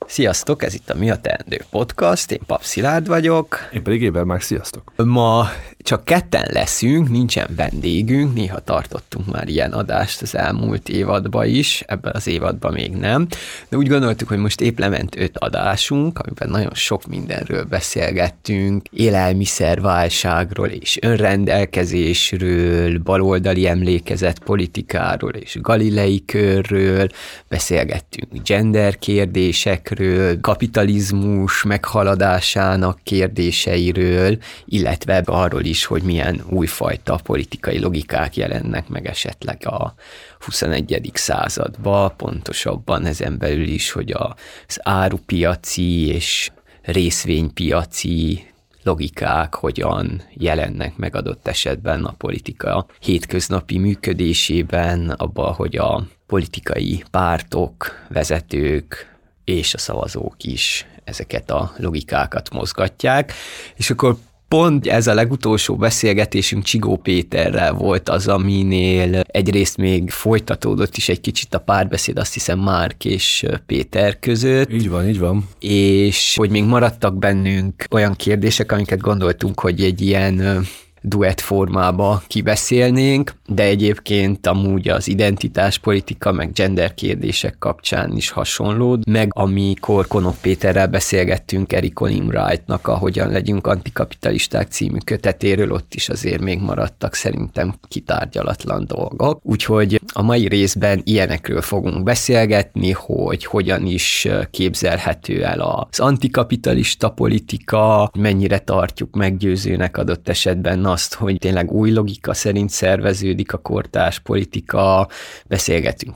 Sziasztok, ez itt a Mi a Teendő Podcast, én Pap Szilárd vagyok. Én pedig Éber Márk, sziasztok. Ma csak ketten leszünk, nincsen vendégünk, néha tartottunk már ilyen adást az elmúlt évadban is, ebben az évadban még nem, de úgy gondoltuk, hogy most épp lement 5 adásunk, amiben nagyon sok mindenről beszélgettünk, élelmiszerválságról és önrendelkezésről, baloldali emlékezet politikáról és Galilei körről, beszélgettünk gender kérdésekről, kapitalizmus meghaladásának kérdéseiről, illetve arról is, hogy milyen újfajta politikai logikák jelennek meg esetleg a 21. században, pontosabban ezen belül is, hogy az árupiaci és részvénypiaci logikák hogyan jelennek meg adott esetben a politika hétköznapi működésében, abban, hogy a politikai pártok, vezetők és a szavazók is ezeket a logikákat mozgatják, és akkor pont ez a legutolsó beszélgetésünk Csigó Péterrel volt az, aminél egyrészt még folytatódott is egy kicsit a párbeszéd, azt hiszem Márk és Péter között. Így van. És hogy még maradtak bennünk olyan kérdések, amiket gondoltunk, hogy egy ilyen duett formába kibeszélnénk, de egyébként amúgy az identitáspolitika, meg gender kérdések kapcsán is hasonló, meg amikor Konok Péterrel beszélgettünk Erik Olin Wright-nak a Hogyan legyünk antikapitalisták című kötetéről, ott is azért még maradtak szerintem kitárgyalatlan dolgok. Úgyhogy a mai részben ilyenekről fogunk beszélgetni, hogy hogyan is képzelhető el az antikapitalista politika, mennyire tartjuk meggyőzőnek adott esetben azt, hogy tényleg új logika szerint szerveződik a kortárs politika, beszélgetünk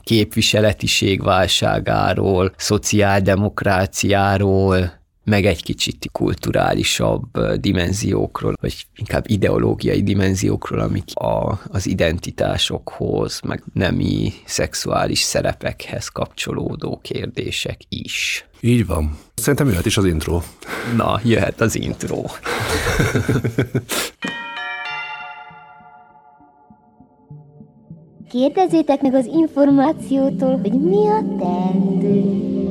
képviseletiség-válságáról, szociáldemokráciáról, meg egy kicsit kulturálisabb dimenziókról, vagy inkább ideológiai dimenziókról, amik az identitásokhoz, meg nemi szexuális szerepekhez kapcsolódó kérdések is. Így van. Szerintem jöhet is az intro. Na, jöhet az intro. Kérdezzétek meg az információtól, hogy mi a teendő.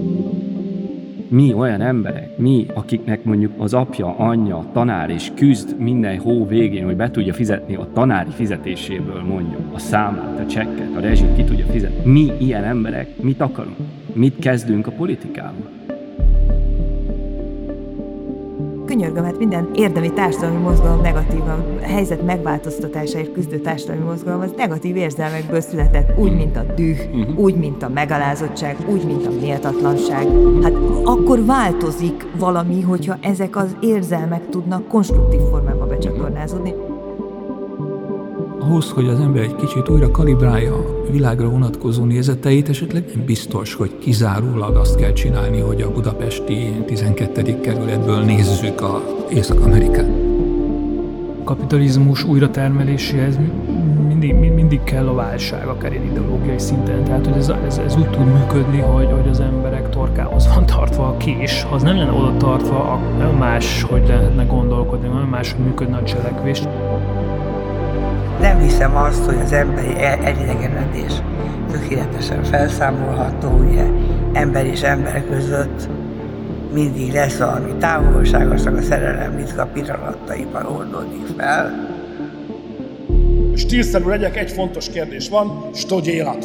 Mi olyan emberek, akiknek mondjuk az apja, anyja, tanár is küzd minden hó végén, hogy be tudja fizetni a tanári fizetéséből mondjuk a számlát, a csekket, a rezsit ki tudja fizetni. Mi ilyen emberek mit akarunk? Mit kezdünk a politikával? Könyörgöm, hát minden érdemi társadalmi mozgalom negatív, a helyzet megváltoztatásáért küzdő társadalmi mozgalom, az negatív érzelmekből született, úgy, mint a düh, úgy, mint a megalázottság, úgy, mint a méltatlanság. Hát akkor változik valami, hogyha ezek az érzelmek tudnak konstruktív formába becsatornázódni. Ahhoz, hogy az ember egy kicsit újra kalibrálja a világra vonatkozó nézeteit, esetleg nem biztos, hogy kizárólag azt kell csinálni, hogy a budapesti 12. kerületből nézzük az Észak-Amerikát. A kapitalizmus újratermeléséhez mindig kell a válság, akár ilyen ideológiai szinten. Tehát, hogy ez úgy tud működni, hogy az emberek torkához van tartva a kés. Ha az nem lenne oda tartva, nem más, hogy lehetne gondolkodni, nem más, hogy működne a cselekvés. Nem hiszem azt, hogy az emberi elidegenedés tökéletesen felszámolható, ugye ember és ember között mindig lesz valami távolságos, a szerelem ritka pillanataiban oldódik fel. Stílszerű legyek, egy fontos kérdés van, что делать?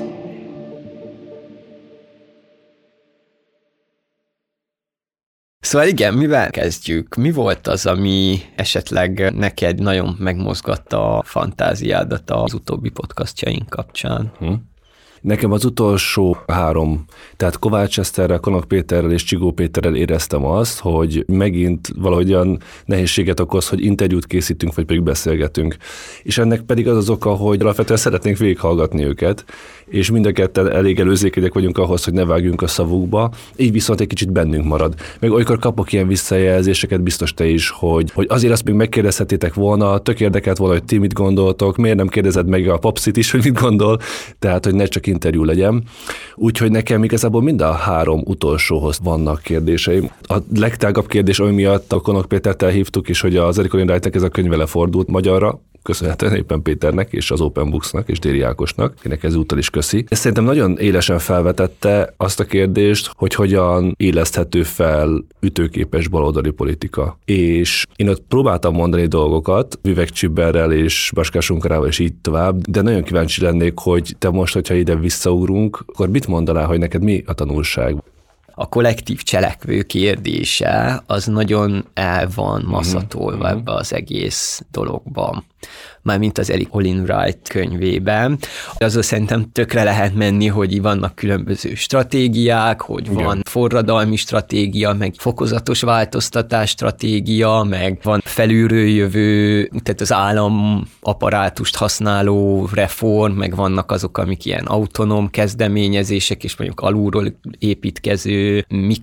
Szóval igen, mivel kezdjük? Mi volt az, ami esetleg neked nagyon megmozgatta a fantáziádat az utóbbi podcastjaink kapcsán? Nekem az utolsó 3, tehát Kovács Eszterrel, Konok Péterrel és Csigó Péterrel éreztem azt, hogy megint valahogy olyan nehézséget okoz, hogy interjút készítünk, vagy pedig beszélgetünk. És ennek pedig az az oka, hogy alapvetően szeretnénk végighallgatni őket, és mind a ketten elég előzékenyek vagyunk ahhoz, hogy ne vágjunk a szavukba, így viszont egy kicsit bennünk marad. Meg olykor kapok ilyen visszajelzéseket, biztos te is, hogy azért azt még megkérdezhetétek volna, tök érdekelt volna, hogy ti mit gondoltok, miért nem kérdezed meg a Papszit is, hogy mit gondol, tehát hogy ne csak interjú legyen. Úgyhogy nekem igazából mind a 3 utolsóhoz vannak kérdéseim. A legtágabb kérdés, ami miatt a Konok Pétert elhívtuk, és hogy az Erik Olin Wright-nek ez a könyve lefordult magyarra, köszönhetően éppen Péternek és az Open Books-nak és Déri Ákosnak, akinek ezúttal is köszi. Ez szerintem nagyon élesen felvetette azt a kérdést, hogy hogyan éleszthető fel ütőképes baloldali politika. És én ott próbáltam mondani dolgokat, Vivek Csibberrel és Baskás Runkarával és így tovább, de nagyon kíváncsi lennék, hogy te most, hogyha ide visszaugrunk, akkor mit mondanál, hogy neked mi a tanulság? A kollektív cselekvő kérdése az nagyon el van maszatolva ebbe az egész dologban. Mármint az Olin Wright könyvében. Azzal szerintem tökre lehet menni, hogy vannak különböző stratégiák, hogy van forradalmi stratégia, meg fokozatos változtatás stratégia, meg van felülről jövő, tehát az államapparátust használó reform, meg vannak azok, amik ilyen autonóm kezdeményezések, és mondjuk alulról építkező,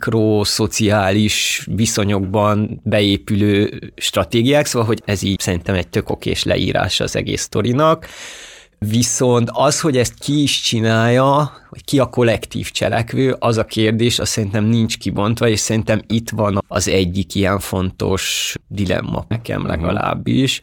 mikroszociális viszonyokban beépülő stratégiák, szóval, hogy ez így szerintem egy tök okés leírása az egész sztorinak. Viszont az, hogy ezt ki is csinálja, hogy ki a kollektív cselekvő, az a kérdés, azt szerintem nincs kibontva, és szerintem itt van az egyik ilyen fontos dilemma nekem legalábbis,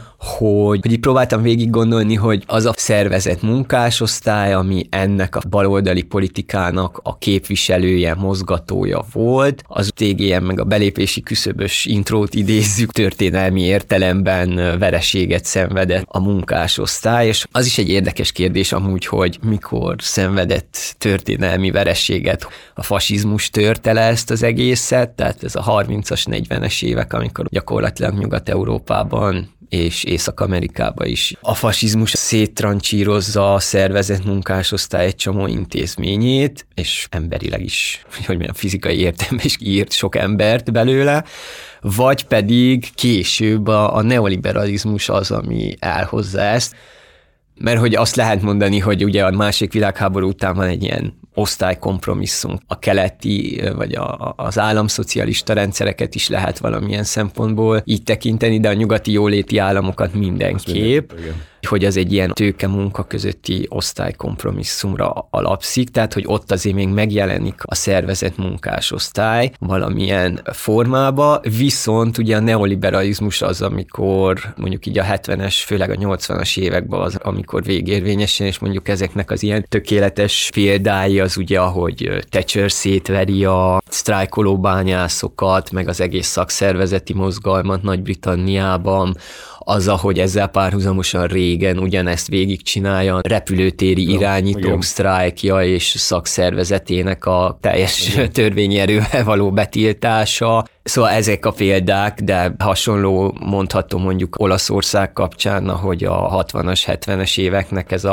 hogy így próbáltam végig gondolni, hogy az a szervezett munkásosztály, ami ennek a baloldali politikának a képviselője, mozgatója volt, az TGM meg a belépési küszöbös intrót idézzük, történelmi értelemben vereséget szenvedett a munkásosztály, és az is egy érdekes kérdés amúgy, hogy mikor szenvedett történelmi vereséget. A fasizmus törte le ezt az egészet, tehát ez a 30-as, 40-es évek, amikor gyakorlatilag Nyugat-Európában és Észak-Amerikában is a fasizmus széttrancsírozza a szervezett munkásosztály egy csomó intézményét, és emberileg is, hogy mondjam, fizikai értelemben is írt sok embert belőle, vagy pedig később a neoliberalizmus az, ami elhozza ezt. Mert hogy azt lehet mondani, hogy ugye a második világháború után van egy ilyen osztálykompromisszum. A keleti, vagy az államszocialista rendszereket is lehet valamilyen szempontból így tekinteni, de a nyugati jóléti államokat mindenképp, hogy az egy ilyen tőke-munka közötti osztálykompromisszumra alapszik, tehát hogy ott azért még megjelenik a szervezett munkásosztály valamilyen formába, viszont ugye a neoliberalizmus az, amikor mondjuk így a 70-es, főleg a 80-as években az, amikor végérvényesen, és mondjuk ezeknek az ilyen tökéletes példái az ugye, ahogy Thatcher szétveri a sztrájkoló bányászokat, meg az egész szakszervezeti mozgalmat Nagy-Britanniában, az, ahogy ezzel párhuzamosan Reagan ugyanezt végigcsinálja, repülőtéri irányítók sztrájkja és szakszervezetének a teljes törvényi erővel való betiltása. Szóval ezek a példák, de hasonló mondható mondjuk Olaszország kapcsán, hogy a 60-as, 70-es éveknek ez a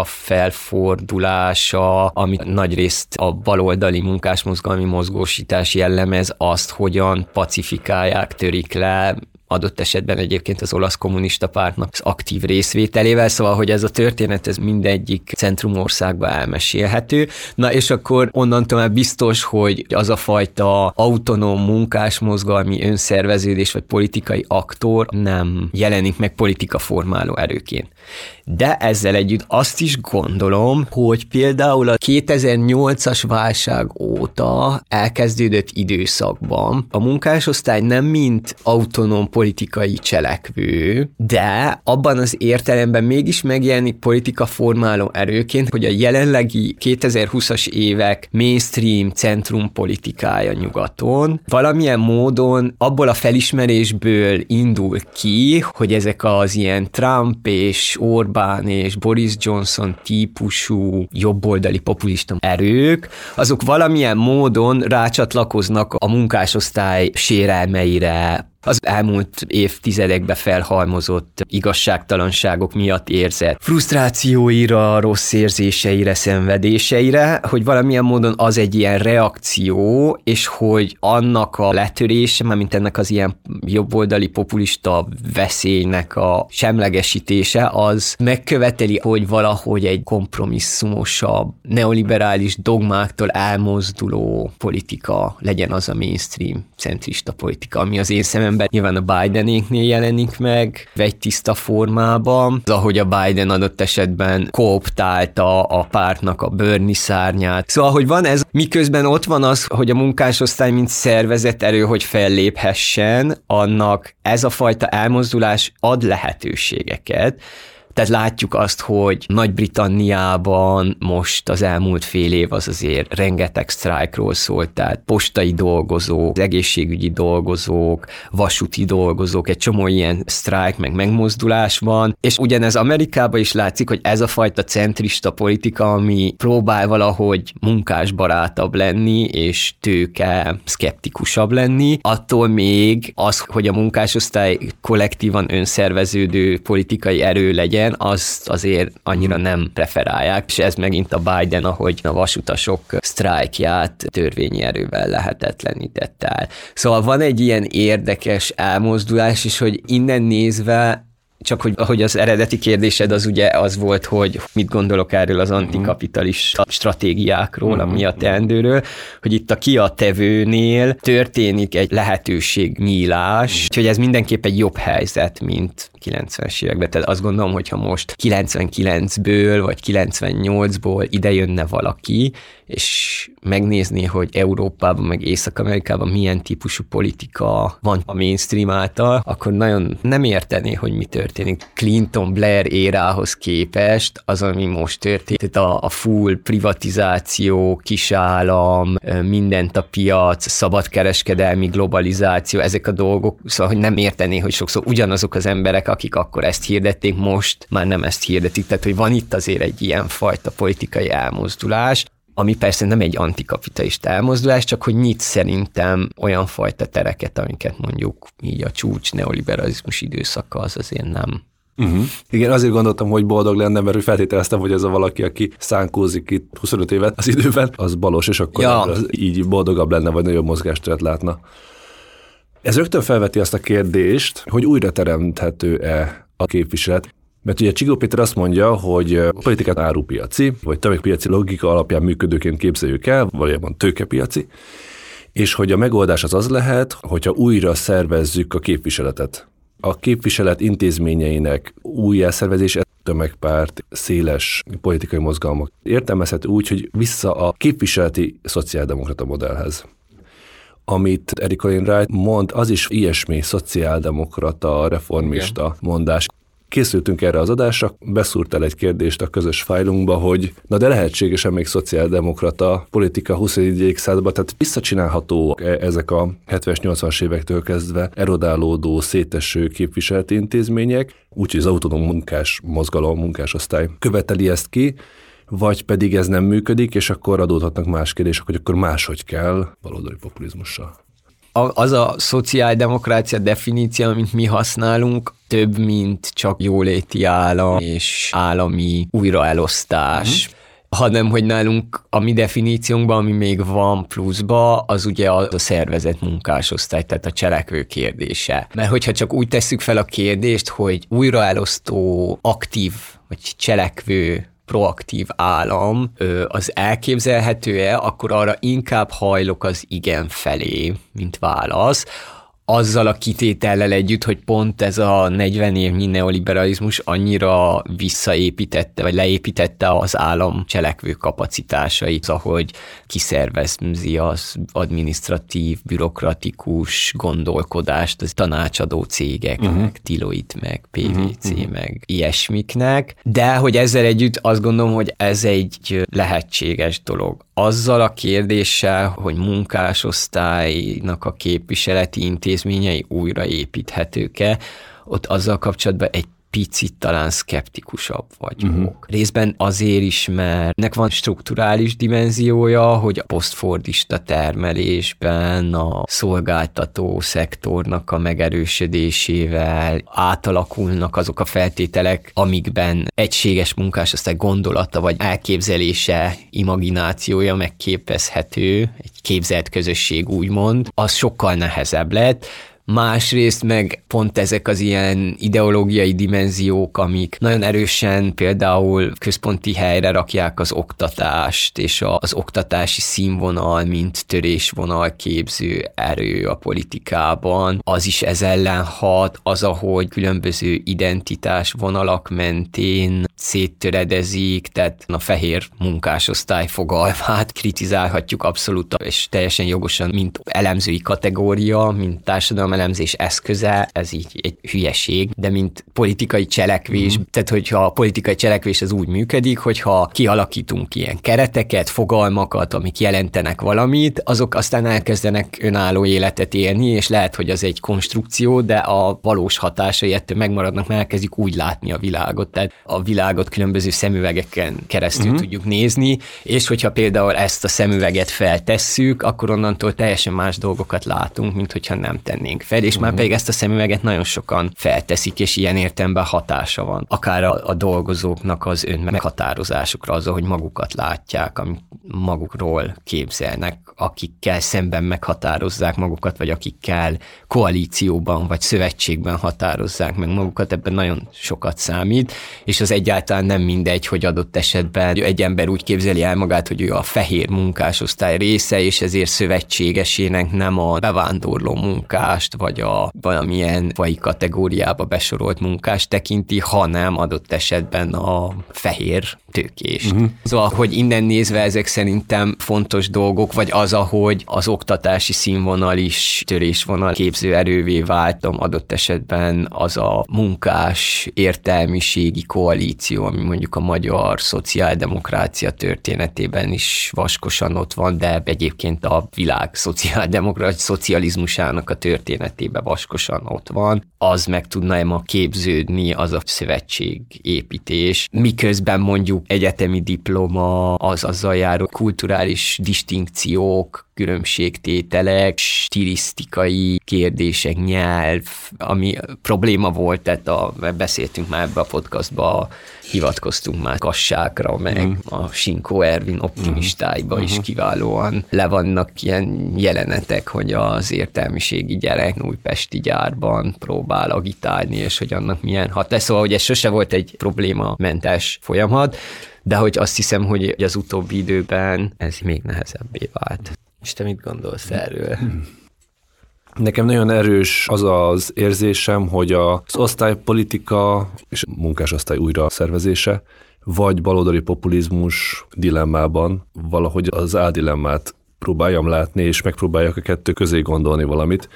felfordulása, ami nagyrészt a baloldali munkásmozgalmi mozgósítás jellemez, azt hogyan pacifikálják, törik le, adott esetben egyébként az olasz kommunista pártnak az aktív részvételével, szóval, hogy ez a történet, ez mindegyik centrumországban elmesélhető. Na és akkor onnantól már biztos, hogy az a fajta autonóm munkásmozgalmi önszerveződés vagy politikai aktor nem jelenik meg politikaformáló erőként. De ezzel együtt azt is gondolom, hogy például a 2008-as válság óta elkezdődött időszakban a munkásosztály nem mint autonóm politikai cselekvő, de abban az értelemben mégis megjelenik politikaformáló erőként, hogy a jelenlegi 2020-as évek mainstream centrum politikája nyugaton valamilyen módon abból a felismerésből indul ki, hogy ezek az ilyen Trump és Orbán és Boris Johnson típusú jobboldali populista erők, azok valamilyen módon rácsatlakoznak a munkásosztály sérelmeire, az elmúlt évtizedekben felhalmozott igazságtalanságok miatt érzett frusztrációira, rossz érzéseire, szenvedéseire, hogy valamilyen módon az egy ilyen reakció, és hogy annak a letörése, mármint ennek az ilyen jobboldali populista veszélynek a semlegesítése, az megköveteli, hogy valahogy egy kompromisszumosabb, neoliberális dogmáktól elmozduló politika legyen az a mainstream centrista politika, ami az én szememben ember nyilván a Bidenéknél jelenik meg vegytiszta formában, ahogy a Biden adott esetben kooptálta a pártnak a Bernie szárnyát. Szóval, hogy van ez, miközben ott van az, hogy a munkásosztály mint szervezet erő, hogy felléphessen, annak ez a fajta elmozdulás ad lehetőségeket. Tehát látjuk azt, hogy Nagy-Britanniában most az elmúlt fél év az azért rengeteg sztrájkról szólt, tehát postai dolgozók, egészségügyi dolgozók, vasúti dolgozók, egy csomó ilyen sztrájk meg megmozdulás van, és ugyanez Amerikában is látszik, hogy ez a fajta centrista politika, ami próbál valahogy munkásbarátabb lenni, és tőke szkeptikusabb lenni, attól még az, hogy a munkásosztály kollektívan önszerveződő politikai erő legyen, azt azért annyira nem preferálják, és ez megint a Biden, ahogy a vasutasok sztrájkját törvényi erővel lehetetlenített el. Szóval van egy ilyen érdekes elmozdulás, és hogy innen nézve, csak hogy az eredeti kérdésed az ugye az volt, hogy mit gondolok erről az antikapitalista stratégiákról, ami a teendőről, hogy itt a ki a tevőnél történik egy lehetőségnyílás, úgyhogy ez mindenképp egy jobb helyzet, mint 90-es években. Tehát azt gondolom, hogyha most 99-ből vagy 98-ból ide jönne valaki, és megnézni, hogy Európában meg Észak-Amerikában milyen típusú politika van a mainstream által, akkor nagyon nem értené, hogy mi történik. Clinton-Blair érához képest az, ami most történik, tehát a full privatizáció, kisállam, mindent a piac, szabadkereskedelmi globalizáció, ezek a dolgok, szóval, hogy nem értené, hogy sokszor ugyanazok az emberek, akik akkor ezt hirdették, most már nem ezt hirdetik. Tehát, hogy van itt azért egy ilyen fajta politikai elmozdulás, ami persze nem egy antikapitalista elmozdulás, csak hogy nyit szerintem olyan fajta tereket, amiket mondjuk így a csúcs neoliberalizmus időszaka az azért nem. Igen, azért gondoltam, hogy boldog lenne, mert feltételeztem, hogy ez a valaki, aki szánkózik itt 25 évet az időben, az balos, és akkor az így boldogabb lenne, vagy nagyobb mozgásteret látna. Ez rögtön felveti azt a kérdést, hogy újra teremthető-e a képviselet. Mert ugye Csigó Péter azt mondja, hogy a politikát árupiaci, vagy tömegpiaci logika alapján működőként képzeljük el, valójában tőkepiaci, és hogy a megoldás az lehet, hogyha újra szervezzük a képviseletet. A képviselet intézményeinek újjászervezése, tömegpárt, széles politikai mozgalmak értelmezhető úgy, hogy vissza a képviseleti szociáldemokrata modellhez. Amit Erik Wainwright mond, az is ilyesmi szociáldemokrata, reformista mondás. Készültünk erre az adásra, beszúrtál egy kérdést a közös fájlunkba, hogy na de lehetséges-e még szociáldemokrata politika 21. században, tehát visszacsinálható ezek a 70-es, 80-as évektől kezdve erodálódó, széteső képviseleti intézmények, úgyhogy az autonóm munkás mozgalom, munkásosztály követeli ezt ki, vagy pedig ez nem működik, és akkor adódhatnak más kérdések, hogy akkor máshogy kell baloldali populizmussal. Az a szociáldemokrácia definíció, amit mi használunk, több, mint csak jóléti állam és állami újraelosztás, hanem hogy nálunk a mi definíciónkban, ami még van pluszba, az ugye a szervezett munkásosztály, tehát a cselekvő kérdése. Mert hogyha csak úgy tesszük fel a kérdést, hogy újraelosztó, aktív vagy cselekvő proaktív állam az elképzelhető-e, akkor arra inkább hajlok az igen felé, mint válasz. Azzal a kitétellel együtt, hogy pont ez a 40 évnyi neoliberalizmus annyira visszaépítette, vagy leépítette az állam cselekvő kapacitásait, ahogy kiszervezi az adminisztratív, bürokratikus gondolkodást az tanácsadó cégek, meg Deloitte, meg PwC, meg ilyesmiknek, de hogy ezzel együtt azt gondolom, hogy ez egy lehetséges dolog. Azzal a kérdéssel, hogy munkásosztálynak a képviseleti intézményei újraépíthetők-e, ott azzal kapcsolatban egy picit talán szkeptikusabb vagyok. Részben azért is, mert nek van strukturális dimenziója, hogy a posztfordista termelésben a szolgáltató szektornak a megerősödésével átalakulnak azok a feltételek, amikben egységes munkásosztály gondolata vagy elképzelése, imaginációja megképezhető, egy képzelt közösség úgymond, az sokkal nehezebb lett. Másrészt meg pont ezek az ilyen ideológiai dimenziók, amik nagyon erősen például központi helyre rakják az oktatást, és az oktatási színvonal, mint törésvonal képző erő a politikában, az is ez ellen hat, az, ahogy különböző identitás vonalak mentén széttöredezik, tehát a fehér munkásosztály fogalmát kritizálhatjuk abszolút, és teljesen jogosan, mint elemzői kategória, mint társadalomelemzés eszköze, ez így egy hülyeség, de mint politikai cselekvés, tehát hogyha a politikai cselekvés az úgy működik, hogyha kialakítunk ilyen kereteket, fogalmakat, amik jelentenek valamit, azok aztán elkezdenek önálló életet élni, és lehet, hogy az egy konstrukció, de a valós hatásai ettől megmaradnak, mert elkezdjük úgy látni a világot, tehát a világot különböző szemüvegeken keresztül tudjuk nézni, és hogyha például ezt a szemüveget feltesszük, akkor onnantól teljesen más dolgokat látunk, mint hogyha nem tennénk fel, és már pedig ezt a szemüveget nagyon sokan felteszik, és ilyen értelemben hatása van. Akár a dolgozóknak az önmeghatározásukra, az, ahogy magukat látják, amit magukról képzelnek, akikkel szemben meghatározzák magukat, vagy akikkel koalícióban, vagy szövetségben határozzák meg magukat, ebben nagyon sokat számít, és az egyáltalán nem mindegy, hogy adott esetben egy ember úgy képzeli el magát, hogy ő a fehér munkásosztály része, és ezért szövetségesének nem a bevándorló munkást, vagy a valamilyen fai kategóriába besorolt munkást tekinti, hanem adott esetben a fehér tőkést. Szóval, hogy innen nézve ezek szerintem fontos dolgok, vagy az, ahogy az oktatási színvonal is törésvonal képző erővé váltam, adott esetben az a munkás értelmiségi koalíció, ami mondjuk a magyar szociáldemokrácia történetében is vaskosan ott van, de egyébként a világ szocializmusának a történetében vaskosan ott van, az meg tudna ma képződni, az a szövetségépítés, miközben mondjuk egyetemi diploma, az azzal járó kulturális distinkciók, különbségtételek, stilisztikai kérdések, nyelv, ami probléma volt, tehát beszéltünk már ebbe a podcastba, hivatkoztunk már Kassákra, meg a Sinkó Ervin optimistáiba is kiválóan le vannak ilyen jelenetek, hogy az értelmiségi gyerek újpesti gyárban próbál agitálni, és hogy annak milyen hatás. Szóval, hogy ez sose volt egy problémamentes folyamat, de hogy azt hiszem, hogy az utóbbi időben ez még nehezebbé vált. És te mit gondolsz erről? Nekem nagyon erős az az érzésem, hogy az osztálypolitika és a munkásosztály újra szervezése, vagy baloldali populizmus dilemmában valahogy az áldilemmát próbáljam látni, és megpróbáljak a kettő közé gondolni valamit.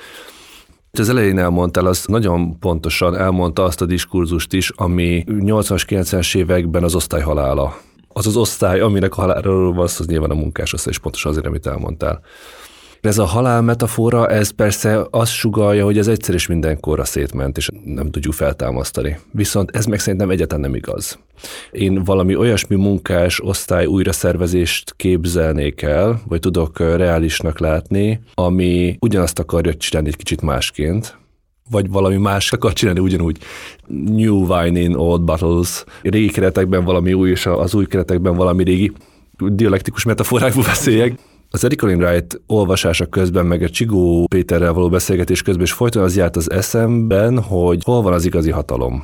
Az elején elmondtál, az nagyon pontosan elmondta azt a diskurzust is, ami 80-as, 90-es években az osztály halála. Az az osztály, aminek a haláláról van szó, az nyilván a munkásosztály, és pontosan azért, amit elmondtál. Ez a halál metafora, ez persze azt sugallja, hogy ez egyszer és mindenkorra szétment, és nem tudjuk feltámasztani. Viszont ez meg szerintem egyáltalán nem igaz. Én valami olyasmi munkás osztály újraszervezést képzelnék el, vagy tudok reálisnak látni, ami ugyanazt akarja csinálni egy kicsit másként, vagy valami más akar csinálni ugyanúgy. New wine in old bottles. Régi keretekben valami új, és az új keretekben valami régi. Dialektikus metaforákból beszéljek. Az Eric Olin Wright olvasása közben, meg a Csigó Péterrel való beszélgetés közben, és folyton az járt az eszemben, hogy hol van az igazi hatalom.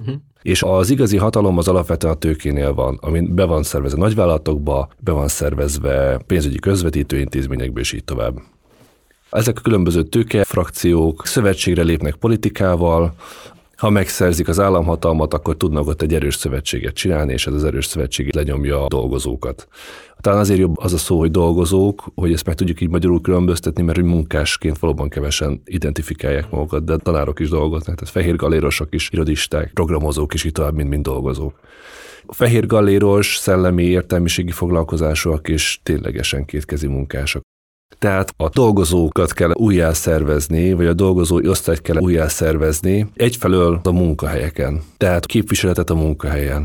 És az igazi hatalom az alapvetően a tőkénél van, ami be van szervezve nagyvállalatokba, be van szervezve pénzügyi közvetítő intézményekbe, és így tovább. Ezek a különböző tőkefrakciók szövetségre lépnek politikával, ha megszerzik az államhatalmat, akkor tudnak ott egy erős szövetséget csinálni, és ez az erős szövetség lenyomja a dolgozókat. Talán azért jobb az a szó, hogy dolgozók, hogy ezt meg tudjuk így magyarul különböztetni, mert hogy munkásként valóban kevesen identifikálják magukat, de tanárok is dolgoznak, tehát fehér gallérosok is, irodisták, programozók is, így tovább, mind dolgozók. A fehér galléros, szellemi, értelmiségi foglalkozásúak és ténylegesen kétkezi munkások. Tehát a dolgozókat kell újjá szervezni, vagy a dolgozói osztályt kell újjá szervezni, egyfelől a munkahelyeken, tehát képviseletet a munkahelyen.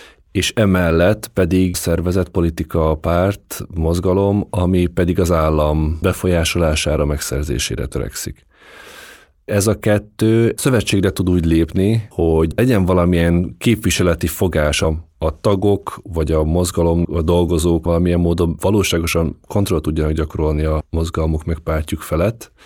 És emellett pedig szervezett politika, párt, mozgalom, ami pedig az állam befolyásolására, megszerzésére törekszik. Ez a kettő szövetségre tud úgy lépni, hogy legyen valamilyen képviseleti fogása, a tagok, vagy a mozgalom, a dolgozók valamilyen módon valóságosan kontrollt tudjanak gyakorolni a mozgalmuk meg pártjuk felett,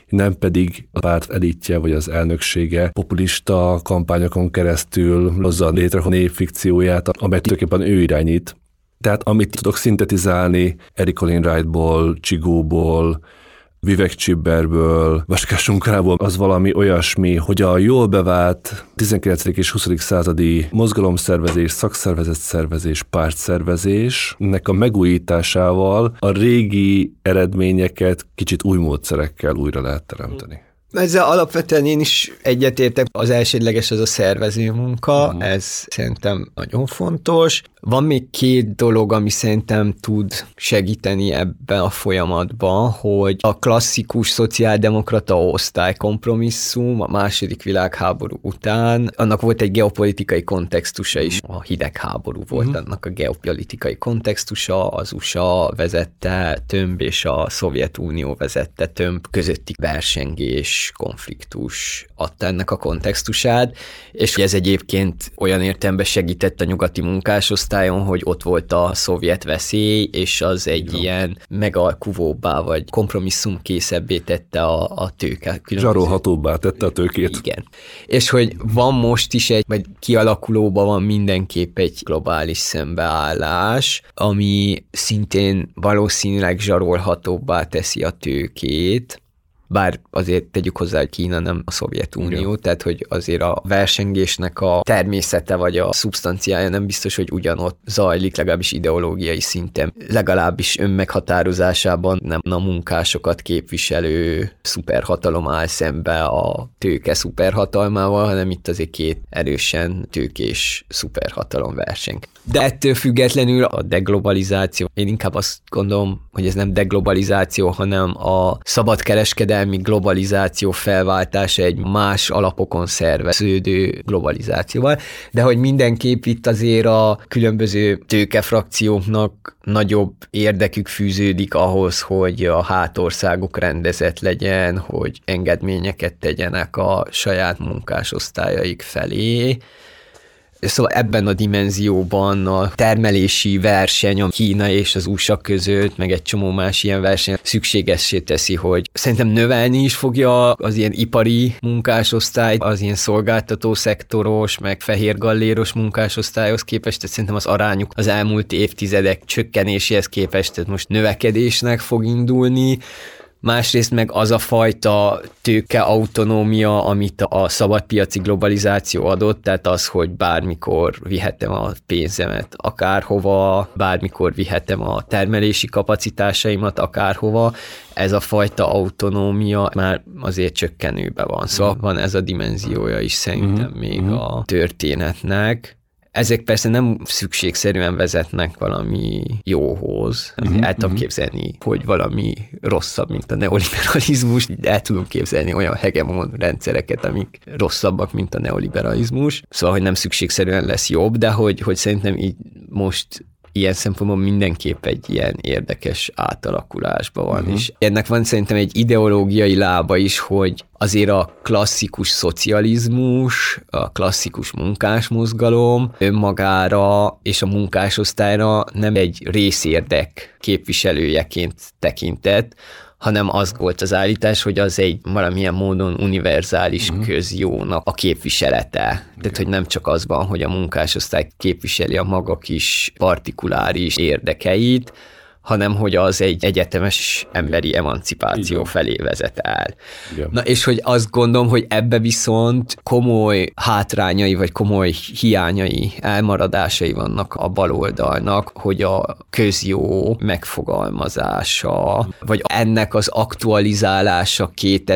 nem pedig a párt elitje vagy az elnöksége populista kampányokon keresztül hozza létre a népfikcióját, amely tulajdonképpen ő irányít. Tehát amit tudok szintetizálni Eric Olin Wrightból, Csigóból, Vivek Chibberből, Vaskás Munkából, az valami olyasmi, hogy a jól bevált 19. és 20. századi mozgalomszervezés, szakszervezetszervezés, pártszervezésnek a megújításával a régi eredményeket kicsit új módszerekkel újra lehet teremteni. Ezzel alapvetően én is egyetértek, az elsődleges az a szervező munka, ez szerintem nagyon fontos. Van még két dolog, ami szerintem tud segíteni ebben a folyamatban, hogy a klasszikus szociáldemokrata osztálykompromisszum a II. Világháború után, annak volt egy geopolitikai kontextusa is, a hidegháború volt annak a geopolitikai kontextusa, az USA vezette tömb és a Szovjetunió vezette tömb közötti versengés, konfliktus adta ennek a kontextusát, és ez egyébként olyan értelemben segített a nyugati munkásosztályon, hogy ott volt a szovjet veszély, és az egy ilyen megalkuvóbbá, vagy kompromisszumkészebbé tette a tőke. Zsarolhatóbbá tette a tőkét. Igen. És hogy van most is vagy kialakulóban van mindenképp egy globális szembeállás, ami szintén valószínűleg zsarolhatóbbá teszi a tőkét, bár azért tegyük hozzá, hogy Kína nem a Szovjetunió, tehát hogy azért a versengésnek a természete vagy a szubstanciája nem biztos, hogy ugyanott zajlik, legalábbis ideológiai szinten. Legalábbis önmeghatározásában nem a munkásokat képviselő szuperhatalom áll szembe a tőke szuperhatalmával, hanem itt azért két erősen tőkés szuperhatalom verseng. De ettől függetlenül a deglobalizáció, én inkább azt gondolom, hogy ez nem deglobalizáció, hanem a szabadkereskedelmi globalizáció felváltása egy más alapokon szerveződő globalizációval, de hogy mindenképp itt azért a különböző tőkefrakcióknak nagyobb érdekük fűződik ahhoz, hogy a hátországuk rendezett legyen, hogy engedményeket tegyenek a saját munkásosztályaik felé. Szóval ebben a dimenzióban a termelési verseny a Kína és az USA között, meg egy csomó más ilyen verseny szükségessé teszi, hogy szerintem növelni is fogja az ilyen ipari munkásosztály, az ilyen szolgáltató szektoros, meg fehérgalléros munkásosztályhoz képest, tehát szerintem az arányuk az elmúlt évtizedek csökkenéséhez képest, tehát most növekedésnek fog indulni. Másrészt meg az a fajta tőke autonómia, amit a szabadpiaci globalizáció adott, tehát az, hogy bármikor vihetem a pénzemet akárhova, bármikor vihetem a termelési kapacitásaimat akárhova, ez a fajta autonómia már azért csökkenőben van. Szóval van ez a dimenziója is szerintem még a történetnek. Ezek persze nem szükségszerűen vezetnek valami jóhoz. El tudom képzelni, hogy valami rosszabb, mint a neoliberalizmus. El tudom képzelni olyan hegemon rendszereket, amik rosszabbak, mint a neoliberalizmus. Szóval, hogy nem szükségszerűen lesz jobb, de hogy szerintem így most ilyen szempontból mindenképp egy ilyen érdekes átalakulásban van. És ennek van szerintem egy ideológiai lába is, hogy azért a klasszikus szocializmus, a klasszikus munkásmozgalom önmagára és a munkásosztályra nem egy részérdek képviselőjeként tekintett, hanem az volt az állítás, hogy az egy valamilyen módon univerzális közjónak a képviselete. Tehát, hogy nem csak az van, hogy a munkásosztály képviseli a maga kis partikuláris érdekeit, hanem hogy az egy egyetemes emberi emancipáció felé vezet el. Igen. Na és hogy azt gondolom, hogy ebbe viszont komoly hátrányai, vagy komoly hiányai, elmaradásai vannak a baloldalnak, hogy a közjó megfogalmazása, vagy ennek az aktualizálása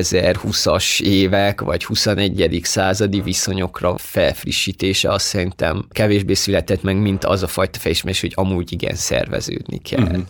2020-as évek, vagy 21. századi viszonyokra felfrissítése, azt szerintem kevésbé született meg, mint az a fajta felismerés, hogy amúgy igen szerveződni kell.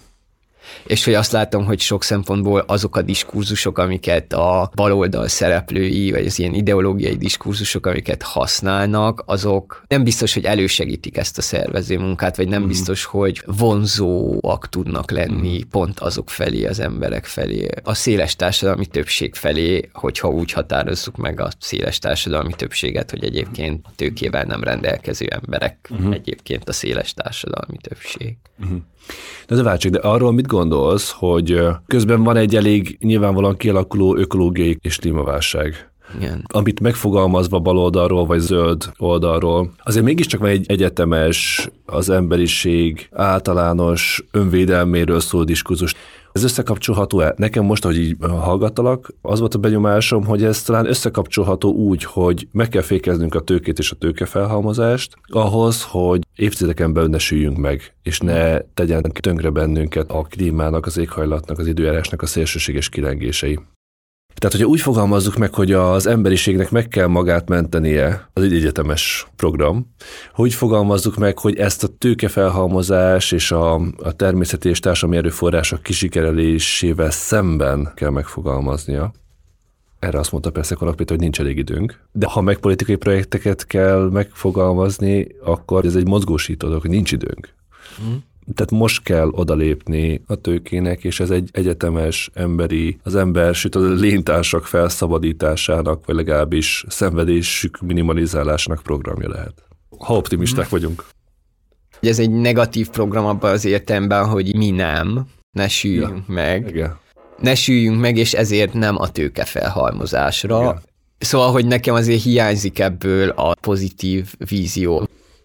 És hogy azt látom, hogy sok szempontból azok a diskurzusok, amiket a baloldal szereplői, vagy az ilyen ideológiai diskurzusok, amiket használnak, azok nem biztos, hogy elősegítik ezt a szervező munkát, vagy nem biztos, hogy vonzóak tudnak lenni pont azok felé, az emberek felé, a széles társadalmi többség felé, hogyha úgy határozzuk meg a széles társadalmi többséget, hogy egyébként a tőkével nem rendelkező emberek egyébként a széles társadalmi többség. De váltság, de arról mit gondolsz, hogy közben van egy elég nyilvánvalóan kialakuló ökológiai és klímaválság? Igen. Amit megfogalmazva bal oldalról vagy zöld oldalról, azért mégiscsak van egy egyetemes, az emberiség általános önvédelméről szóló diskurzus. Ez összekapcsolható-e? Nekem most, ahogy így hallgattalak, az volt a benyomásom, hogy ez talán összekapcsolható úgy, hogy meg kell fékeznünk a tőkét és a tőkefelhalmozást, ahhoz, hogy évtizedeken belül ne süljünk meg, és ne tegyen tönkre bennünket a klímának, az éghajlatnak, az időjárásnak a szélsőséges kilengései. Tehát, hogyha úgy fogalmazzuk meg, hogy az emberiségnek meg kell magát mentenie, az egy egyetemes program, hogy fogalmazzuk meg, hogy ezt a tőkefelhalmozás és a természeti és társadalmi erőforrások kisikerelésével szemben kell megfogalmaznia. Erre azt mondta persze Konok Péter, hogy nincs elég időnk, de ha meg politikai projekteket kell megfogalmazni, akkor ez egy mozgósító dolog, hogy nincs időnk. Tehát most kell odalépni a tőkének, és ez egy egyetemes, emberi, az ember, sőt a lénytársak felszabadításának, vagy legalábbis szenvedésük minimalizálásának programja lehet. Ha optimisták vagyunk. Ez egy negatív program abban az értelemben, hogy mi ne süljünk meg. Igen. Ne süljünk meg, és ezért nem a tőkefelhalmozásra. Igen. Szóval, hogy nekem azért hiányzik ebből a pozitív vízió.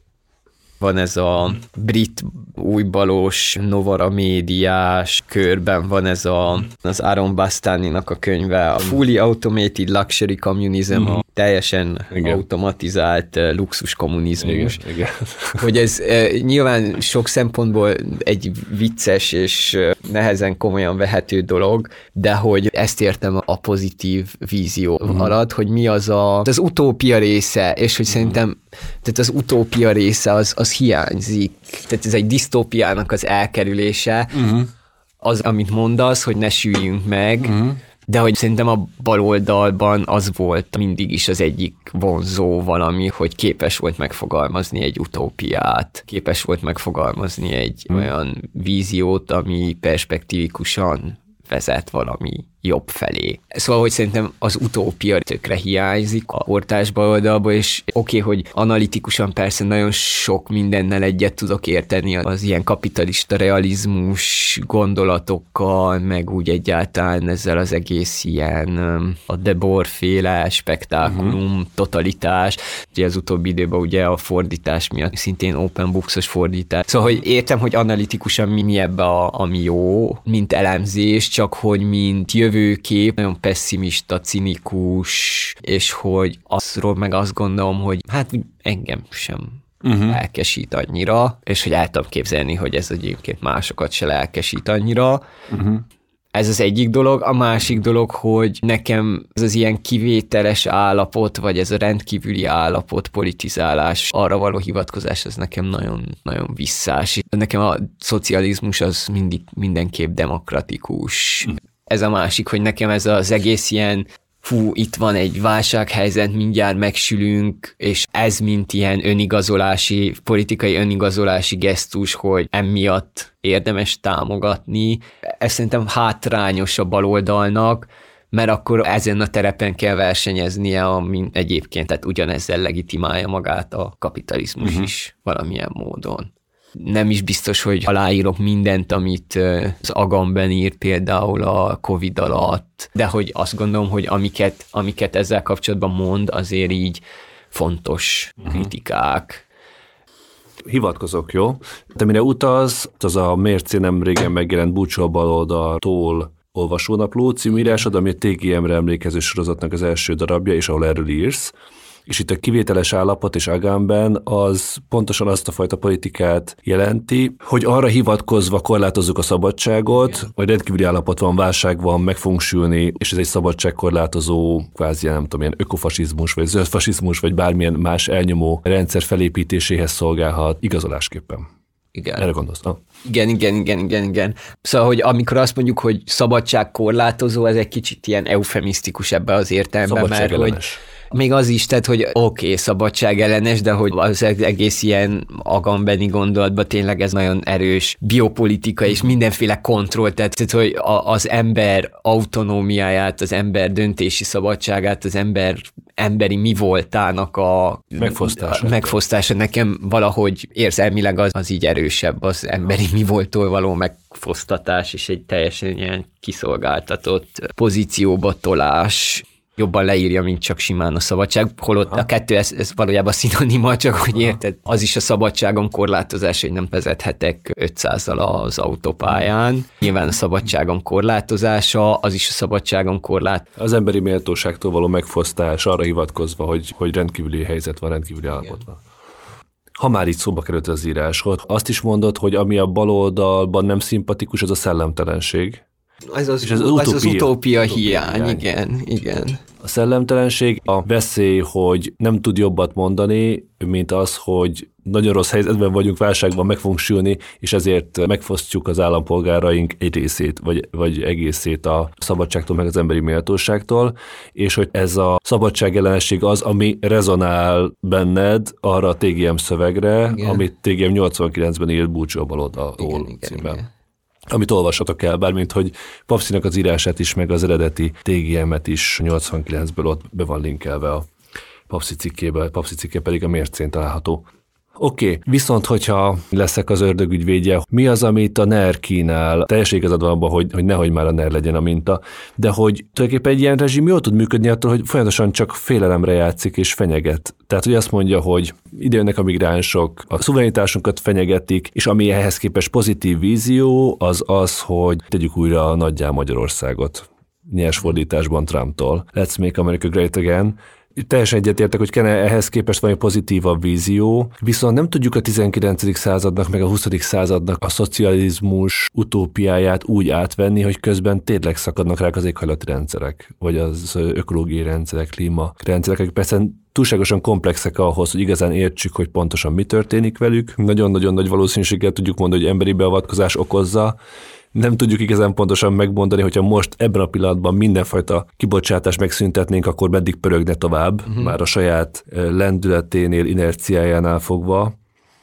Van ez a brit újbalós, Novara médiás körben, van ez az Aaron Bastaninak a könyve, a Fully Automated Luxury Communism, a teljesen automatizált luxus kommunizmus. Igen. Hogy ez nyilván sok szempontból egy vicces és nehezen komolyan vehető dolog, de hogy ezt értem a pozitív vízió alatt, hogy mi az utópia része, és hogy szerintem tehát az utópia része az hiányzik. Tehát ez egy disztópiának az elkerülése, az, amit mondasz, hogy ne süljünk meg, de hogy szerintem a baloldalban az volt mindig is az egyik vonzó valami, hogy képes volt megfogalmazni egy utópiát, képes volt megfogalmazni egy olyan víziót, ami perspektívikusan vezet valami jobb felé. Szóval, hogy szerintem az utópia tökre hiányzik a portás baloldalba, és oké, hogy analitikusan persze nagyon sok mindennel egyet tudok érteni az ilyen kapitalista realizmus gondolatokkal, meg úgy egyáltalán ezzel az egész ilyen a Debord-féle spektákulum, totalitás. Ugye az utóbbi időben ugye a fordítás miatt szintén open books-os fordítás. Szóval, hogy értem, hogy analitikusan mi ebbe ami jó, mint elemzés, csak hogy mint jövőkép, nagyon pesszimista, cinikus, és hogy azról meg azt gondolom, hogy hát engem sem lelkesít annyira, és hogy el tudom képzelni, hogy ez egyébként másokat se lelkesít annyira. Ez az egyik dolog. A másik dolog, hogy nekem ez az ilyen kivételes állapot, vagy ez a rendkívüli állapot, politizálás, arra való hivatkozás, ez nekem nagyon, nagyon visszás. Nekem a szocializmus az mindenképp demokratikus. Ez a másik, hogy nekem ez az egész ilyen itt van egy válsághelyzet, mindjárt megsülünk, és ez mint ilyen önigazolási, politikai önigazolási gesztus, hogy emiatt érdemes támogatni. Ez szerintem hátrányos a baloldalnak, mert akkor ezen a terepen kell versenyeznie, ami egyébként, tehát ugyanezzel legitimálja magát a kapitalizmus is valamilyen módon. Nem is biztos, hogy aláírok mindent, amit az Agamben írt például a Covid alatt, de hogy azt gondolom, hogy amiket ezzel kapcsolatban mond, azért így fontos kritikák. Hivatkozok, jó? De mire utaz, az a Mércé nem régen megjelent Búcsú a baloldaltól olvasónapló című írásod, ami a TGM-re emlékező sorozatnak az első darabja, és ahol erről írsz. És itt a kivételes állapot és Agamben az pontosan azt a fajta politikát jelenti, hogy arra hivatkozva korlátozzuk a szabadságot, vagy rendkívüli állapot van, válság van, meg fogunk sülni, és ez egy szabadságkorlátozó, kvázi nem tudom, ilyen ökofasizmus, vagy zöldfasizmus, vagy bármilyen más elnyomó rendszer felépítéséhez szolgálhat igazolásképpen. Igen. Erre gondolsz? Igen. Szóval, hogy amikor azt mondjuk, hogy szabadságkorlátozó, ez egy kicsit ilyen eufemisztikus ebbe az értelemben, mert hogy még az is, tehát, hogy oké, szabadságellenes, de hogy az egész ilyen agambeni gondolatban tényleg ez nagyon erős biopolitika és mindenféle kontroll, tehát hogy az ember autonómiáját, az ember döntési szabadságát, az ember emberi mi voltának a megfosztása. Nekem valahogy érzelmileg az így erősebb, az emberi mi voltól való megfosztatás, és egy teljesen ilyen kiszolgáltatott pozícióba tolás jobban leírja, mint csak simán a szabadság, holott a kettő ez valójában szinonima, csak hogy érted, az is a szabadságon korlátozás, hogy nem vezethetek 500-al az autópályán. Nyilván a szabadságon korlátozása, az is a szabadságon Az emberi méltóságtól való megfosztás arra hivatkozva, hogy rendkívüli helyzet van, rendkívüli állapot van. Ha már itt szóba került az írásod, azt is mondod, hogy ami a baloldalban nem szimpatikus, az a szellemtelenség. Ez az utópia hiány, igen. A szellemtelenség, a veszély, hogy nem tud jobbat mondani, mint az, hogy nagyon rossz helyzetben vagyunk, válságban meg fogunk sülni, és ezért megfosztjuk az állampolgáraink egy részét, vagy egészét a szabadságtól, meg az emberi méltóságtól, és hogy ez a szabadságellenesség az, ami rezonál benned arra a TGM szövegre, igen. Amit TGM 89-ben írt Búcsú a baloldalról címben. Igen. Amit olvassatok el, bármint, hogy Papszinak az írását is, meg az eredeti TGM-et is 89-ből ott be van linkelve a Papszi cikkébe, Papszi cikke pedig a mércén található. Oké, viszont hogyha leszek az ördög ügyvédje, mi az, amit a NER kínál? Teljesen igazad van abban, hogy nehogy már a NER legyen a minta, de hogy tulajdonképpen egy ilyen rezsim jól tud működni attól, hogy folyamatosan csak félelemre játszik és fenyeget. Tehát, hogy azt mondja, hogy ide jönnek a migránsok, a szuverenitásunkat fenyegetik, és ami ehhez képest pozitív vízió, az, hogy tegyük újra nagyjá Magyarországot. Nyers fordításban Trumptól. Let's make America great again. Teljesen egyetértek, hogy kellene ehhez képest valami pozitívabb vízió, viszont nem tudjuk a 19. századnak, meg a 20. századnak a szocializmus utópiáját úgy átvenni, hogy közben tényleg szakadnak rá az éghajlati rendszerek, vagy az ökológiai rendszerek, klímarendszerek, akik persze túlságosan komplexek ahhoz, hogy igazán értsük, hogy pontosan mi történik velük. Nagyon-nagyon nagy valószínűséggel tudjuk mondani, hogy emberi beavatkozás okozza. Nem tudjuk igazán pontosan megmondani, hogyha most ebben a pillanatban mindenfajta kibocsátást megszüntetnénk, akkor meddig pörögne tovább, már a saját lendületénél, inerciájánál fogva.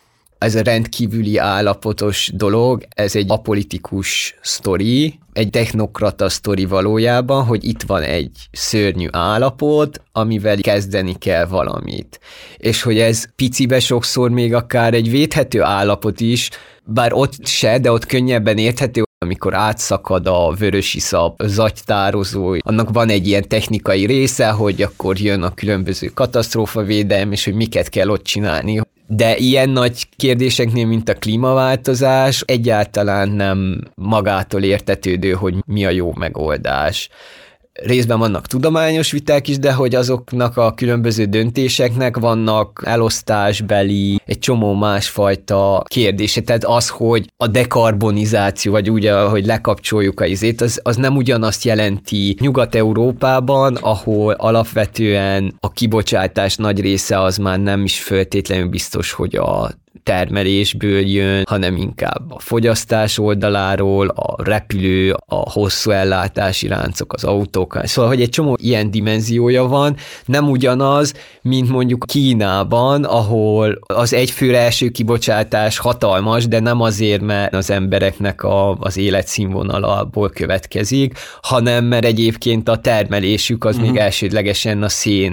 Ez a rendkívüli állapotos dolog, ez egy apolitikus sztori, egy technokrata sztori valójában, hogy itt van egy szörnyű állapot, amivel kezdeni kell valamit. És hogy ez picibe sokszor még akár egy védhető állapot is, bár ott se, de ott könnyebben érthető, amikor átszakad a vörösiszap zagytározó, annak van egy ilyen technikai része, hogy akkor jön a különböző katasztrófavédelem, és hogy miket kell ott csinálni. De ilyen nagy kérdéseknél, mint a klímaváltozás, egyáltalán nem magától értetődő, hogy mi a jó megoldás. Részben vannak tudományos viták is, de hogy azoknak a különböző döntéseknek vannak elosztásbeli, egy csomó másfajta kérdése. Tehát az, hogy a dekarbonizáció, vagy úgy, hogy lekapcsoljuk a izét, az nem ugyanazt jelenti Nyugat-Európában, ahol alapvetően a kibocsátás nagy része az már nem is feltétlenül biztos, hogy a termelésből jön, hanem inkább a fogyasztás oldaláról, a repülő, a hosszú ellátási láncok, az autók. Szóval, hogy egy csomó ilyen dimenziója van, nem ugyanaz, mint mondjuk Kínában, ahol az egyfőre eső kibocsátás hatalmas, de nem azért, mert az embereknek az életszínvonalából következik, hanem mert egyébként a termelésük az még elsődlegesen a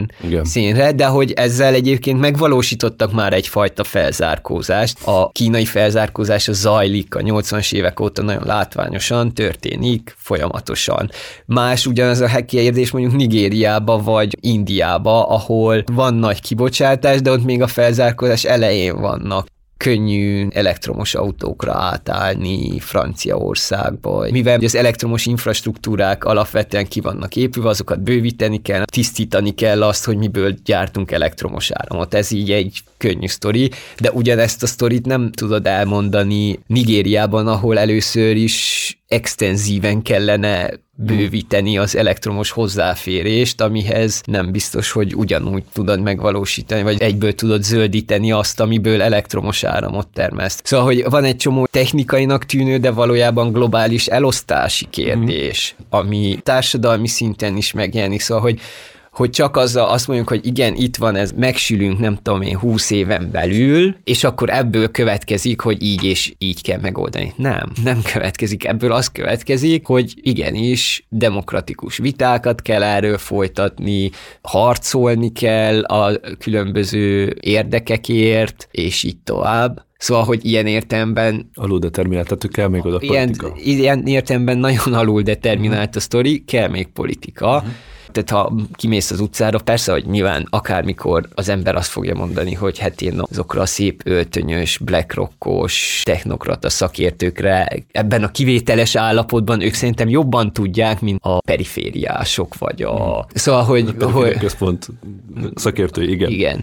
szénre, de hogy ezzel egyébként megvalósítottak már egyfajta felzárkózást. A kínai felzárkózás zajlik a 80-as évek óta nagyon látványosan, történik folyamatosan. Más ugyanaz a kérdés mondjuk Nigériába vagy Indiába, ahol van nagy kibocsátás, de ott még a felzárkózás elején vannak. Könnyű elektromos autókra átállni Franciaországba. Mivel az elektromos infrastruktúrák alapvetően ki vannak épülve, azokat bővíteni kell, tisztítani kell azt, hogy miből gyártunk elektromos áramot. Ez így egy könnyű sztori, de ugyanezt a sztorit nem tudod elmondani Nigériában, ahol először is extenzíven kellene bővíteni az elektromos hozzáférést, amihez nem biztos, hogy ugyanúgy tudod megvalósítani, vagy egyből tudod zöldíteni azt, amiből elektromos áramot termeszt. Szóval, hogy van egy csomó technikainak tűnő, de valójában globális elosztási kérdés, ami társadalmi szinten is megjelenik. Szóval, hogy csak azzal azt mondjuk, hogy igen, itt van ez, megsülünk nem tudom én 20 éven belül, és akkor ebből következik, hogy így és így kell megoldani. Nem következik. Ebből az következik, hogy igenis demokratikus vitákat kell erről folytatni, harcolni kell a különböző érdekekért, és így tovább. Szóval, hogy ilyen értelemben... Aluldeterminált, tehát kell még oda politika. Ilyen értelemben nagyon aluldeterminált a sztori, kell még politika. Tehát ha kimész az utcára, persze, hogy nyilván akármikor az ember azt fogja mondani, hogy hát én azokra a szép öltönyös, blackrockos, technokrata szakértőkre ebben a kivételes állapotban ők szerintem jobban tudják, mint a perifériások, vagy a... Szóval, hogy... Központ szakértői, igen. Igen.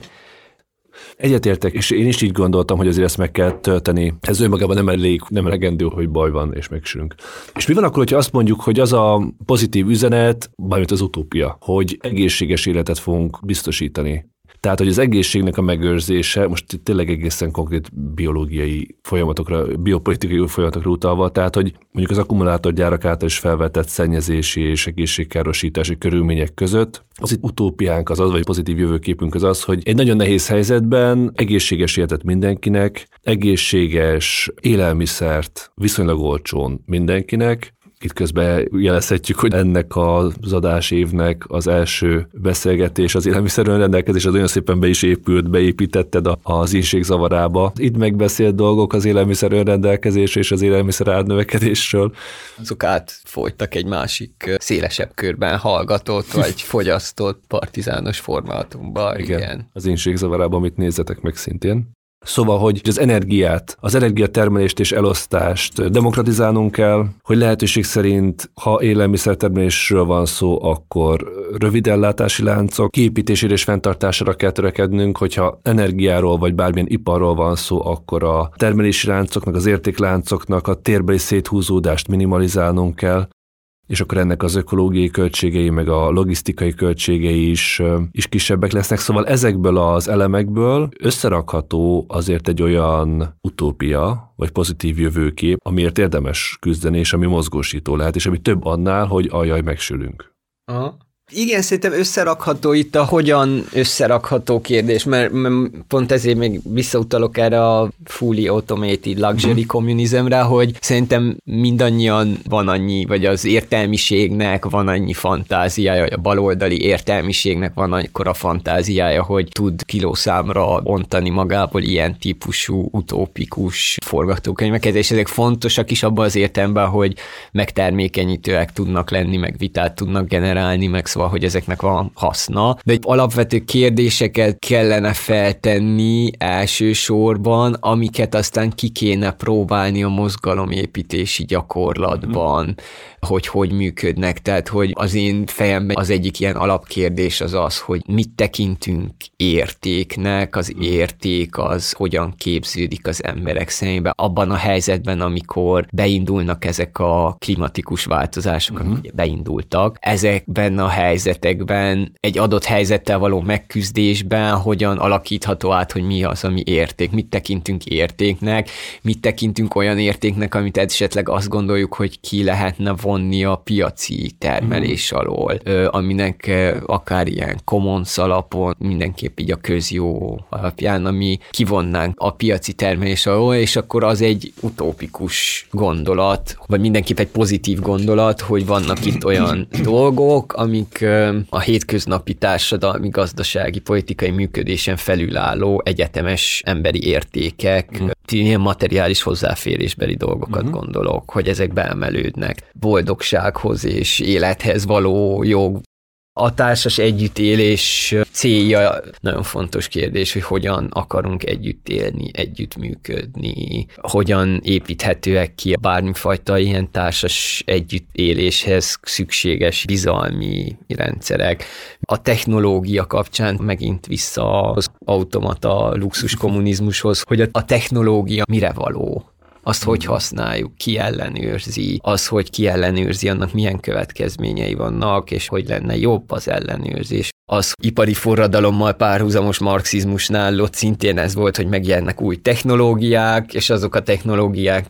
Egyetértek, és én is így gondoltam, hogy azért ezt meg kell tölteni. Ez önmagában nem elegendő, hogy baj van, és megsülünk. És mi van akkor, hogyha azt mondjuk, hogy az a pozitív üzenet, bármint az utópia, hogy egészséges életet fogunk biztosítani. Tehát, hogy az egészségnek a megőrzése, most tényleg egészen konkrét biológiai folyamatokra, biopolitikai folyamatokra utalva, tehát, hogy mondjuk az akkumulátorgyárak által is felvetett szennyezési és egészségkárosítási körülmények között az itt utópiánk az, vagy pozitív jövőképünk az, hogy egy nagyon nehéz helyzetben egészséges életet mindenkinek, egészséges élelmiszert viszonylag olcsón mindenkinek. Itt közben jelezhetjük, hogy ennek az adásévnek az első beszélgetés az élelmiszer önrendelkezés, az nagyon szépen be is épült, beépítetted az ínségzavarába. Itt megbeszélt dolgok az élelmiszer önrendelkezés és az élelmiszer árnövekedésről. Azok átfolytak egy másik szélesebb körben hallgatott, vagy fogyasztott partizános formátumban. Igen. Az ínségzavarában, amit nézzetek meg szintén. Szóval, hogy az energiát, az energiatermelést és elosztást demokratizálnunk kell, hogy lehetőség szerint, ha élelmiszertermelésről van szó, akkor rövid ellátási láncok kiépítésére és fenntartására kell törekednünk, hogyha energiáról vagy bármilyen iparról van szó, akkor a termelési láncoknak, az értékláncoknak a térbeli széthúzódást minimalizálnunk kell, és akkor ennek az ökológiai költségei, meg a logisztikai költségei is kisebbek lesznek. Szóval ezekből az elemekből összerakható azért egy olyan utópia, vagy pozitív jövőkép, amiért érdemes küzdeni, és ami mozgósító lehet, és ami több annál, hogy ajjaj, megsülünk. Aha. Igen, szerintem összerakható itt a hogyan összerakható kérdés, mert pont ezért még visszautalok erre a fully automated luxury communismre, hogy szerintem mindannyian van annyi, vagy az értelmiségnek van annyi fantáziája, vagy a baloldali értelmiségnek van akkora fantáziája, hogy tud kilószámra ontani magából ilyen típusú utópikus forgatókönyveket, és ezek fontosak is abban az értelemben, hogy megtermékenyítőek tudnak lenni, meg vitát tudnak generálni, meg szóval, hogy ezeknek van haszna, de egy alapvető kérdéseket kellene feltenni elsősorban, amiket aztán ki kéne próbálni a mozgalomépítési gyakorlatban, hogy működnek. Tehát, hogy az én fejemben az egyik ilyen alapkérdés az, hogy mit tekintünk értéknek, az érték az hogyan képződik az emberek szemébe. Abban a helyzetben, amikor beindulnak ezek a klimatikus változások, amik beindultak, ezekben a helyzetekben, egy adott helyzettel való megküzdésben hogyan alakítható át, hogy mi az, ami érték, mit tekintünk értéknek, mit tekintünk olyan értéknek, amit esetleg azt gondoljuk, hogy ki lehetne vonni a piaci termelés alól, aminek akár ilyen commons alapon, mindenképp így a közjó alapján, ami kivonnánk a piaci termelés alól, és akkor az egy utópikus gondolat, vagy mindenképp egy pozitív gondolat, hogy vannak itt olyan dolgok, amik a hétköznapi társadalmi, gazdasági, politikai működésen felülálló egyetemes emberi értékek, ilyen materiális hozzáférésbeli dolgokat gondolok, hogy ezek beemelődnek. Boldogsághoz és élethez való jog. A társas együttélés célja nagyon fontos kérdés, hogy hogyan akarunk együtt élni, együtt működni, hogyan építhetőek ki bármifajta ilyen társas együttéléshez szükséges bizalmi rendszerek. A technológia kapcsán megint vissza az automata luxus kommunizmushoz, hogy a technológia mire való. Azt, hogy használjuk, ki ellenőrzi, az, hogy ki ellenőrzi, annak milyen következményei vannak, és hogy lenne jobb az ellenőrzés. Az ipari forradalommal párhuzamos marxizmusnál ott szintén ez volt, hogy megjelennek új technológiák, és azok a technológiáknak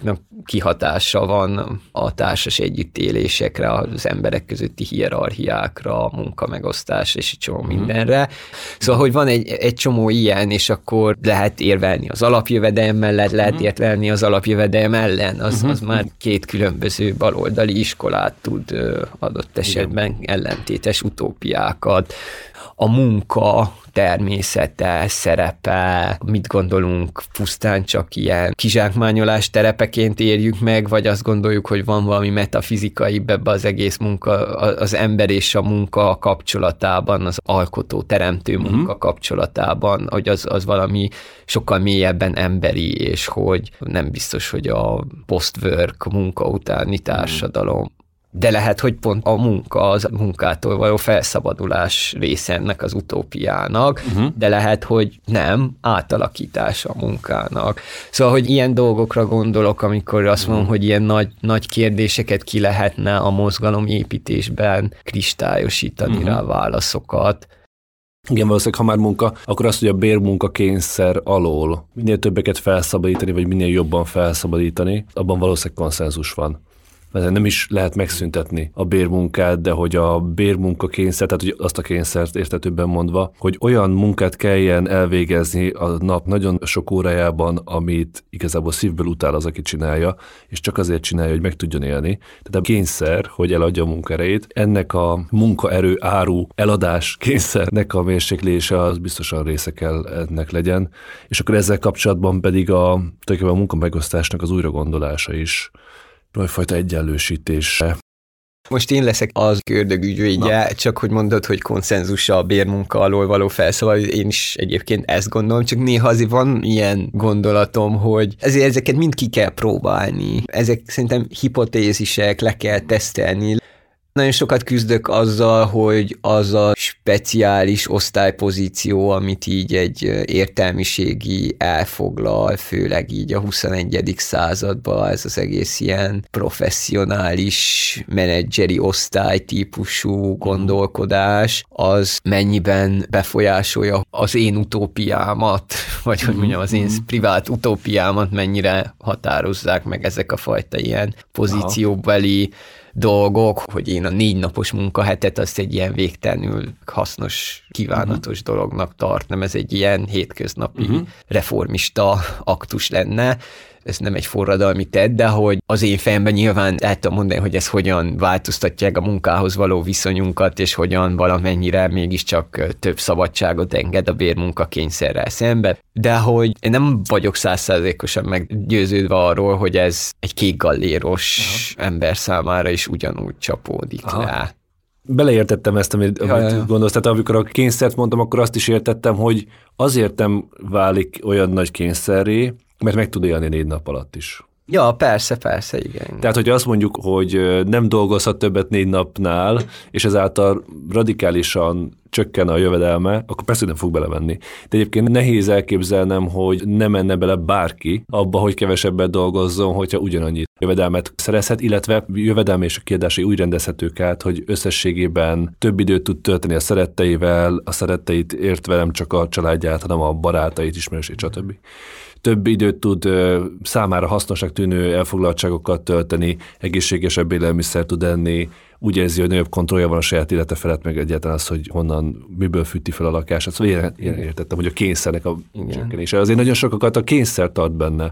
kihatása van a társas együttélésekre, az emberek közötti hierarchiákra, a munkamegosztás és egy csomó mindenre. Szóval, hogy van egy csomó ilyen, és akkor lehet érvelni az alapjövedelem mellett, lehet érvelni az alapjövedelem ellen, az már két különböző baloldali iskolát tud adott esetben ellentétes utópiákat. A munka természete, szerepe, mit gondolunk, pusztán csak ilyen kizsákmányolás terepeként érjük meg, vagy azt gondoljuk, hogy van valami metafizikai ebbe az egész munka, az ember és a munka kapcsolatában, az alkotó, teremtő munka kapcsolatában, hogy az valami sokkal mélyebben emberi, és hogy nem biztos, hogy a post-work munka utáni társadalom. De lehet, hogy pont a munka, az munkától való felszabadulás része ennek az utópiának, de lehet, hogy nem, átalakítás a munkának. Szóval, hogy ilyen dolgokra gondolok, amikor azt mondom, hogy ilyen nagy kérdéseket ki lehetne a mozgalomépítésben kristályosítani rá válaszokat. Igen, valószínűleg, ha már munka, akkor azt, hogy a bérmunkakényszer alól minél többeket felszabadítani, vagy minél jobban felszabadítani, abban valószínűleg konszenzus van. Mert nem is lehet megszüntetni a bérmunkát, de hogy a bérmunkakényszer, tehát hogy azt a kényszert értetőbben mondva, hogy olyan munkát kelljen elvégezni a nap nagyon sok órájában, amit igazából szívből utál az, aki csinálja, és csak azért csinálja, hogy meg tudjon élni. Tehát a kényszer, hogy eladja a munkaerejét, ennek a munkaerő áru eladás kényszernek a mérséklése az biztosan része kell ennek legyen. És akkor ezzel kapcsolatban pedig tulajdonképpen a munkamegosztásnak az újragondolása is olyfajta egyenlősítése. Most én leszek az ördögügyvédje, csak hogy mondod, hogy konszenzus a bérmunka alól való felszabadulás, én is egyébként ezt gondolom, csak néha azért van ilyen gondolatom, hogy ezért ezeket mind ki kell próbálni. Ezek szerintem hipotézisek, le kell tesztelni. Nagyon sokat küzdök azzal, hogy az a speciális osztálypozíció, amit így egy értelmiségi elfoglal, főleg így a 21. században, ez az egész ilyen professzionális menedzseri osztálytípusú gondolkodás, az mennyiben befolyásolja az én utópiámat, vagy hogy mondjam, az én privát utópiámat mennyire határozzák meg ezek a fajta ilyen pozícióbeli dolgok, hogy én a 4 napos munkahetet azt egy ilyen végtelenül hasznos, kívánatos dolognak tartom. Ez egy ilyen hétköznapi reformista aktus lenne. Ez nem egy forradalmi tett, de hogy az én fejemben nyilván el tudom mondani, hogy ez hogyan változtatják a munkához való viszonyunkat, és hogyan valamennyire mégiscsak több szabadságot enged a bérmunkakényszerrel szemben. De hogy én nem vagyok 100%-osan meggyőződve arról, hogy ez egy kékgalléros ember számára is ugyanúgy csapódik le. Beleértettem ezt, amit gondolsz. Tehát amikor a kényszert mondtam, akkor azt is értettem, hogy azért nem válik olyan nagy kényszerré, mert meg tud élni 4 nap alatt is. Ja, persze, igen. Tehát, hogy azt mondjuk, hogy nem dolgozhat többet 4 napnál, és ezáltal radikálisan csökken a jövedelme, akkor persze nem fog belemenni. De egyébként nehéz elképzelnem, hogy ne menne bele bárki abba, hogy kevesebbet dolgozzon, hogyha ugyanannyi jövedelmet szerezhet, illetve jövedelme és a kiadásai úgy rendezhetők át, hogy összességében több időt tud tölteni a szeretteivel, a szeretteit értve nem csak a családját, hanem a barátait, ismerősét, stb. Több időt tud számára hasznosak tűnő elfoglaltságokat tölteni, egészségesebb élelmiszer tud enni, úgy érzi, hogy nagyobb kontrollja van a saját élete felett, meg egyáltalán az, hogy honnan, miből fűti fel a lakását. Szóval én értettem, hogy a kényszernek a csökkenése. Azért nagyon sokakat a kényszer tart benne.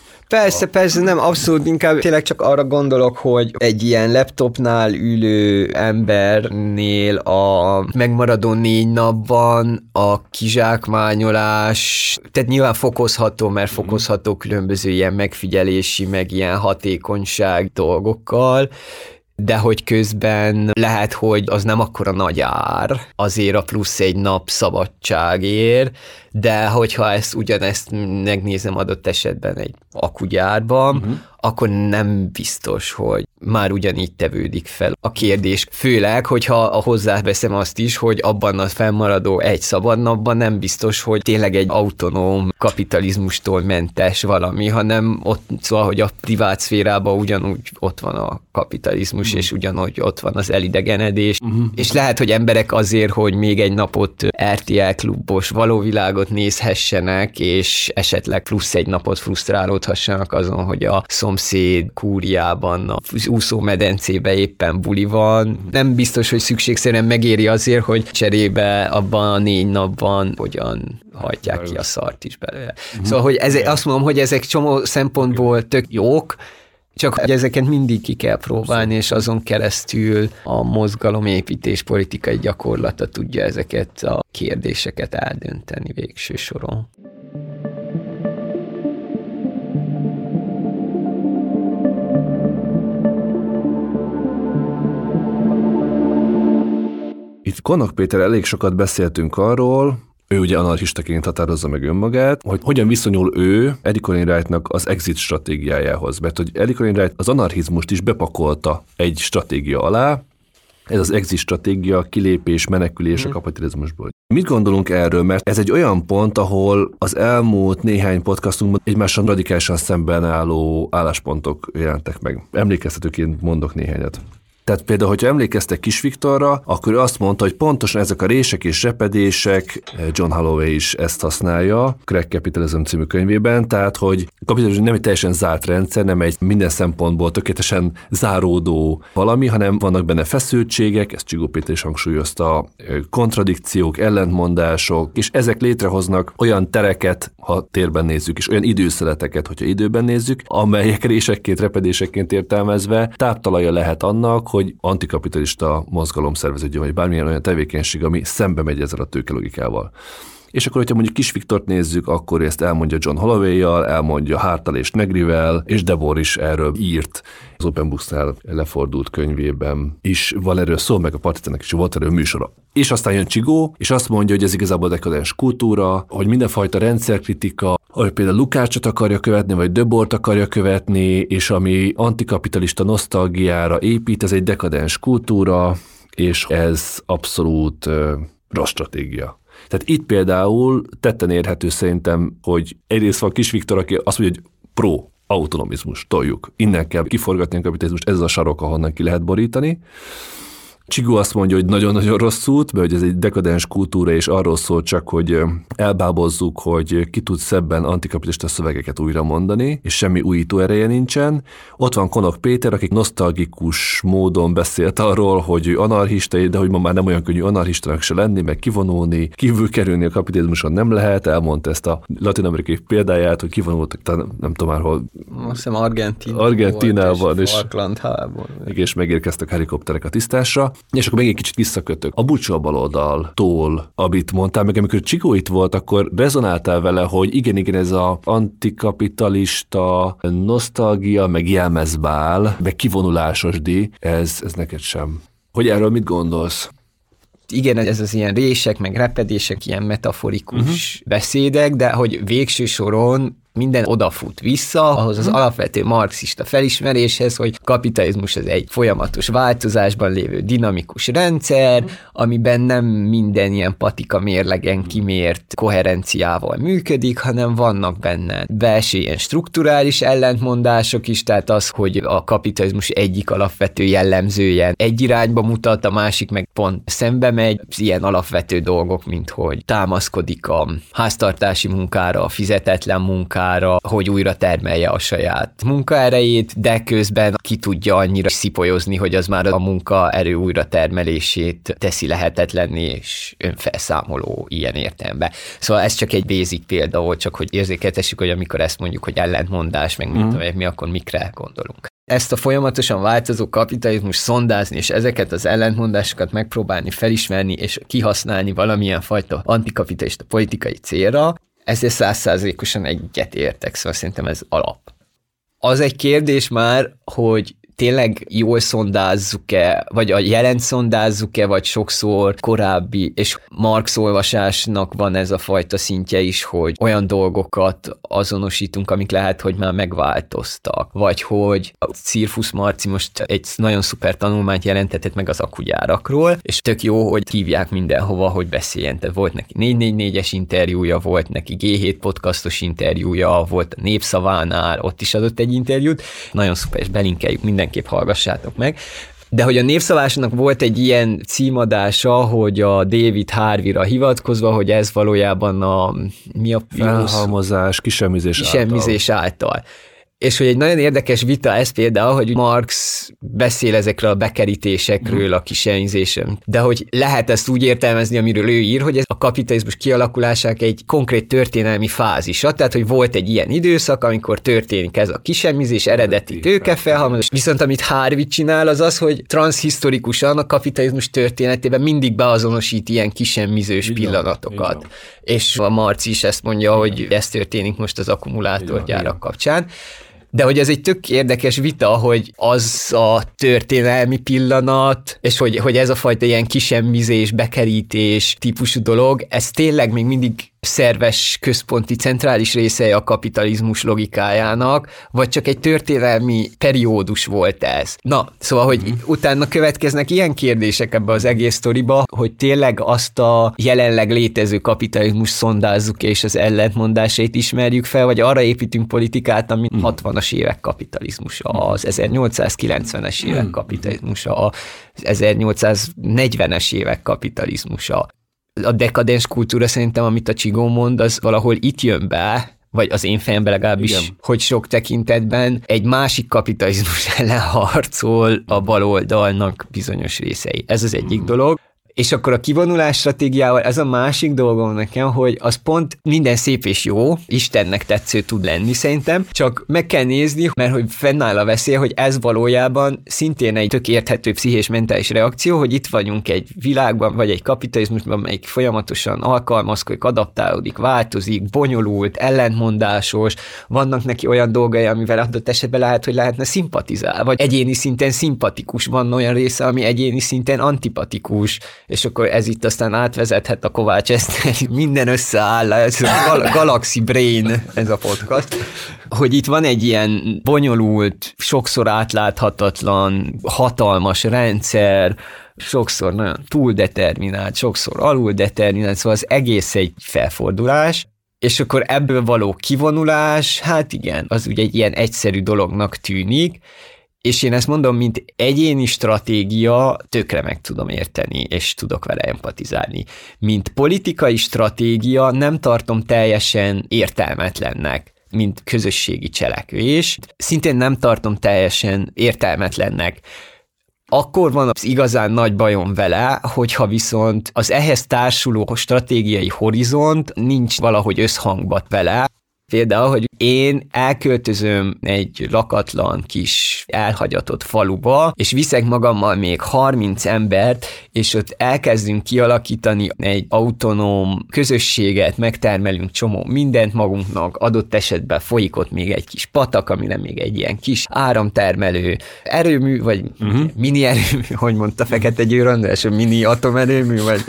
Persze, nem, abszolút inkább tényleg csak arra gondolok, hogy egy ilyen laptopnál ülő embernél a megmaradó 4 napban a kizsákmányolás, tehát nyilván fokozható, mert fokozható különböző ilyen megfigyelési, meg ilyen hatékonyság dolgokkal, de hogy közben lehet, hogy az nem akkora nagy ár azért a plusz 1 nap szabadságért, de hogyha ugyanezt megnézem adott esetben egy akugyárban, akkor nem biztos, hogy már ugyanígy tevődik fel a kérdés. Főleg, hogyha hozzáveszem azt is, hogy abban a fennmaradó 1 szabad napban nem biztos, hogy tényleg egy autonóm kapitalizmustól mentes valami, hanem ott, szóval, hogy a privát szférában ugyanúgy ott van a kapitalizmus, és ugyanúgy ott van az elidegenedés, és lehet, hogy emberek azért, hogy még 1 napot RTL klubos valóvilágot nézhessenek, és esetleg plusz 1 napot frusztrálódhassanak azon, hogy a szomszéd kúriában, az úszómedencébe éppen buli van. Nem biztos, hogy szükségszerűen megéri azért, hogy cserébe abban a 4 napban hogyan hajtják ki a szart is belőle. Szóval, hogy azt mondom, hogy ezek csomó szempontból tök jók, csak hogy ezeket mindig ki kell próbálni, és azon keresztül a mozgalomépítés politikai gyakorlata tudja ezeket a kérdéseket eldönteni végső soron. Itt Konok Péter elég sokat beszéltünk arról, ő ugye anarchistaként határozza meg önmagát, hogy hogyan viszonyul ő Erik Olin Wrightnak az exit stratégiájához. Mert hogy Erik Olin Wright az anarchizmust is bepakolta egy stratégia alá, ez az exit stratégia, kilépés, menekülés a kapitalizmusból. Mit gondolunk erről? Mert ez egy olyan pont, ahol az elmúlt néhány podcastunkban egymással radikálisan szemben álló álláspontok jelentek meg. Emlékeztetőként mondok néhányat. Tehát például, hogyha emlékeztek Kis Viktorra, akkor ő azt mondta, hogy pontosan ezek a rések és repedések, John Holloway is ezt használja, Crack Capitalism című könyvében, tehát, hogy a kapitalizmus nem egy teljesen zárt rendszer, nem egy minden szempontból tökéletesen záródó valami, hanem vannak benne feszültségek, ezt Csigó Péter is hangsúlyozta, kontradikciók, ellentmondások, és ezek létrehoznak olyan tereket, ha térben nézzük, és olyan időszeleteket, hogyha időben nézzük, amelyek résekként, repedésekként értelmezve táptalaja lehet annak, hogy antikapitalista mozgalom szerveződjön, vagy bármilyen olyan tevékenység, ami szembe megy ezzel a tőkelogikával. És akkor, hogyha mondjuk Kis Viktort nézzük, akkor ezt elmondja John Holloway-jal, elmondja Harttal és Negrivel, és Debor is erről írt. Az Open Books-nál lefordult könyvében is van erről szó, meg a Partizánnak is volt erről műsora. És aztán jön Csigó, és azt mondja, hogy ez igazából dekadens kultúra, hogy mindenfajta rendszerkritika, ahogy például Lukácsot akarja követni, vagy Debort akarja követni, és ami antikapitalista nosztalgiára épít, ez egy dekadens kultúra, és ez abszolút rossz stratégia. Tehát itt például tetten érhető szerintem, hogy egyrészt van Kis Viktor, aki azt mondja, hogy pro-autonomizmus, toljuk. Innen kell kiforgatni a kapitalizmust, ez az a sarok, ahonnan ki lehet borítani. Csigó azt mondja, hogy nagyon-nagyon rossz út, mert ez egy dekadens kultúra, és arról szól csak, hogy elbábozzuk, hogy ki tud szebben antikapitalista szövegeket újra mondani, és semmi újító ereje nincsen. Ott van Konok Péter, aki nosztalgikus módon beszélt arról, hogy ő anarchista, de hogy ma már nem olyan könnyű anarchistának se lenni, meg kivonulni, kívül kerülni a kapitalizmuson nem lehet. Elmondta ezt a latin-amerikai példáját, hogy kivonultak, nem tudom már hol. Azt hiszem Argentínában és Falkland háború. És megérkeztek helikopterek a tisztásra. És akkor még egy kicsit visszakötök. A Bucsó a baloldaltól, amit mondtál, meg amikor Csigó itt volt, akkor rezonáltál vele, hogy igen, ez az antikapitalista nosztalgia, meg jelmezbál, meg kivonulásosdi, ez neked sem. Hogy erről mit gondolsz? Igen, ez az ilyen rések, meg repedések, ilyen metaforikus beszédek, de hogy végső soron minden odafut vissza, ahhoz az alapvető marxista felismeréshez, hogy kapitalizmus az egy folyamatos változásban lévő dinamikus rendszer, amiben nem minden ilyen patika mérlegen kimért koherenciával működik, hanem vannak benne belső ilyen strukturális ellentmondások is, tehát az, hogy a kapitalizmus egyik alapvető jellemzője egy irányba mutat, a másik meg pont szembe megy, ilyen alapvető dolgok, mint hogy támaszkodik a háztartási munkára, a fizetetlen munkára, hogy újra termelje a saját munkaerejét, de közben ki tudja annyira szipolyozni, hogy az már a munkaerő újra termelését teszi lehetetlenné és önfelszámoló ilyen értelemben. Szóval ez csak egy basic példa volt, csak hogy érzékeltessük, hogy amikor ezt mondjuk, hogy ellentmondás, meg mi akkor mikre gondolunk. Ezt a folyamatosan változó kapitalizmus szondázni, és ezeket az ellentmondásokat megpróbálni felismerni, és kihasználni valamilyen fajta antikapitalista politikai célra, ezzel 100%-osan egyet értek, szóval szerintem ez alap. Az egy kérdés már, hogy tényleg jól szondázzuk-e, vagy a jelent szondázzuk-e, vagy sokszor korábbi, és Marx olvasásnak van ez a fajta szintje is, hogy olyan dolgokat azonosítunk, amik lehet, hogy már megváltoztak, vagy hogy a Cirfus Marci most egy nagyon szuper tanulmányt jelentetett meg az akugyárakról, és tök jó, hogy hívják mindenhova, hogy beszéljen. Tehát volt neki 444-es interjúja, volt neki G7 podcastos interjúja, volt a Népszavánál, ott is adott egy interjút, nagyon szuper, és belinkeljük, mindenképp hallgassátok meg. De hogy a Népszavásnak volt egy ilyen címadása, hogy a David Harvey-ra hivatkozva, hogy ez valójában a felhalmozás, kisemmizés által. És hogy egy nagyon érdekes vita ez például, hogy Marx beszél ezekről a bekerítésekről, a kisenzésen, de hogy lehet ezt úgy értelmezni, amiről ő ír, hogy ez a kapitalizmus kialakulásának egy konkrét történelmi fázisa, tehát hogy volt egy ilyen időszak, amikor történik ez a kisemmizés, eredeti tőkefelhalmozás, viszont amit Harvey csinál, az az, hogy transzhistorikusan a kapitalizmus történetében mindig beazonosít ilyen kisemmizős pillanatokat. És a Marx is ezt mondja, hogy ez történik most az akkumulátorgyárak kapcsán. De hogy ez egy tök érdekes vita, hogy az a történelmi pillanat, és hogy ez a fajta ilyen kisemmizés, bekerítés típusú dolog, ez tényleg még mindig szerves, központi, centrális része a kapitalizmus logikájának, vagy csak egy történelmi periódus volt ez. Na, szóval, hogy utána következnek ilyen kérdések ebbe az egész sztoriba, hogy tényleg azt a jelenleg létező kapitalizmus szondázzuk, és az ellentmondásait ismerjük fel, vagy arra építünk politikát, ami 60-as évek kapitalizmusa, az 1890-es évek kapitalizmusa, az 1840-es évek kapitalizmusa. A dekadens kultúra szerintem, amit a Csigó mond, az valahol itt jön be, vagy az én fejemben legalábbis, igen, hogy sok tekintetben egy másik kapitalizmus ellen harcol a baloldalnak bizonyos részei. Ez az egyik dolog. És akkor a kivonulás stratégiával ez a másik dolgom nekem, hogy az pont minden szép és jó, Istennek tetsző tud lenni szerintem, csak meg kell nézni, mert hogy fennáll a veszély, hogy ez valójában szintén egy tök érthető pszichés mentális reakció, hogy itt vagyunk egy világban, vagy egy kapitalizmusban, amelyik folyamatosan alkalmazkodik, adaptálódik, változik, bonyolult, ellentmondásos, vannak neki olyan dolgai, amivel adott esetben lehet, hogy lehetne szimpatizálni, vagy egyéni szinten szimpatikus, van olyan része, ami egyéni szinten antipatikus, és akkor ez itt aztán átvezethet a Kovács Eszter, minden összeáll, ez a Galaxy Brain, ez a podcast, hogy itt van egy ilyen bonyolult, sokszor átláthatatlan, hatalmas rendszer, sokszor nagyon túldeterminált, sokszor aluldeterminált, szóval az egész egy felfordulás, és akkor ebből való kivonulás, hát igen, az ugye egy ilyen egyszerű dolognak tűnik, és én ezt mondom, mint egyéni stratégia, tökre meg tudom érteni, és tudok vele empatizálni. Mint politikai stratégia nem tartom teljesen értelmetlennek, mint közösségi cselekvés. Szintén nem tartom teljesen értelmetlennek. Akkor van az igazán nagy bajom vele, hogyha viszont az ehhez társuló stratégiai horizont nincs valahogy összhangban vele. Például, hogy én elköltözöm egy lakatlan kis elhagyatott faluba, és viszek magammal még 30 embert, és ott elkezdünk kialakítani egy autonóm közösséget, megtermelünk csomó mindent magunknak, adott esetben folyik ott még egy kis patak, amire még egy ilyen kis áramtermelő erőmű, vagy mini erőmű, hogy mondta Fekete Győr András, mini atomerőmű, vagy...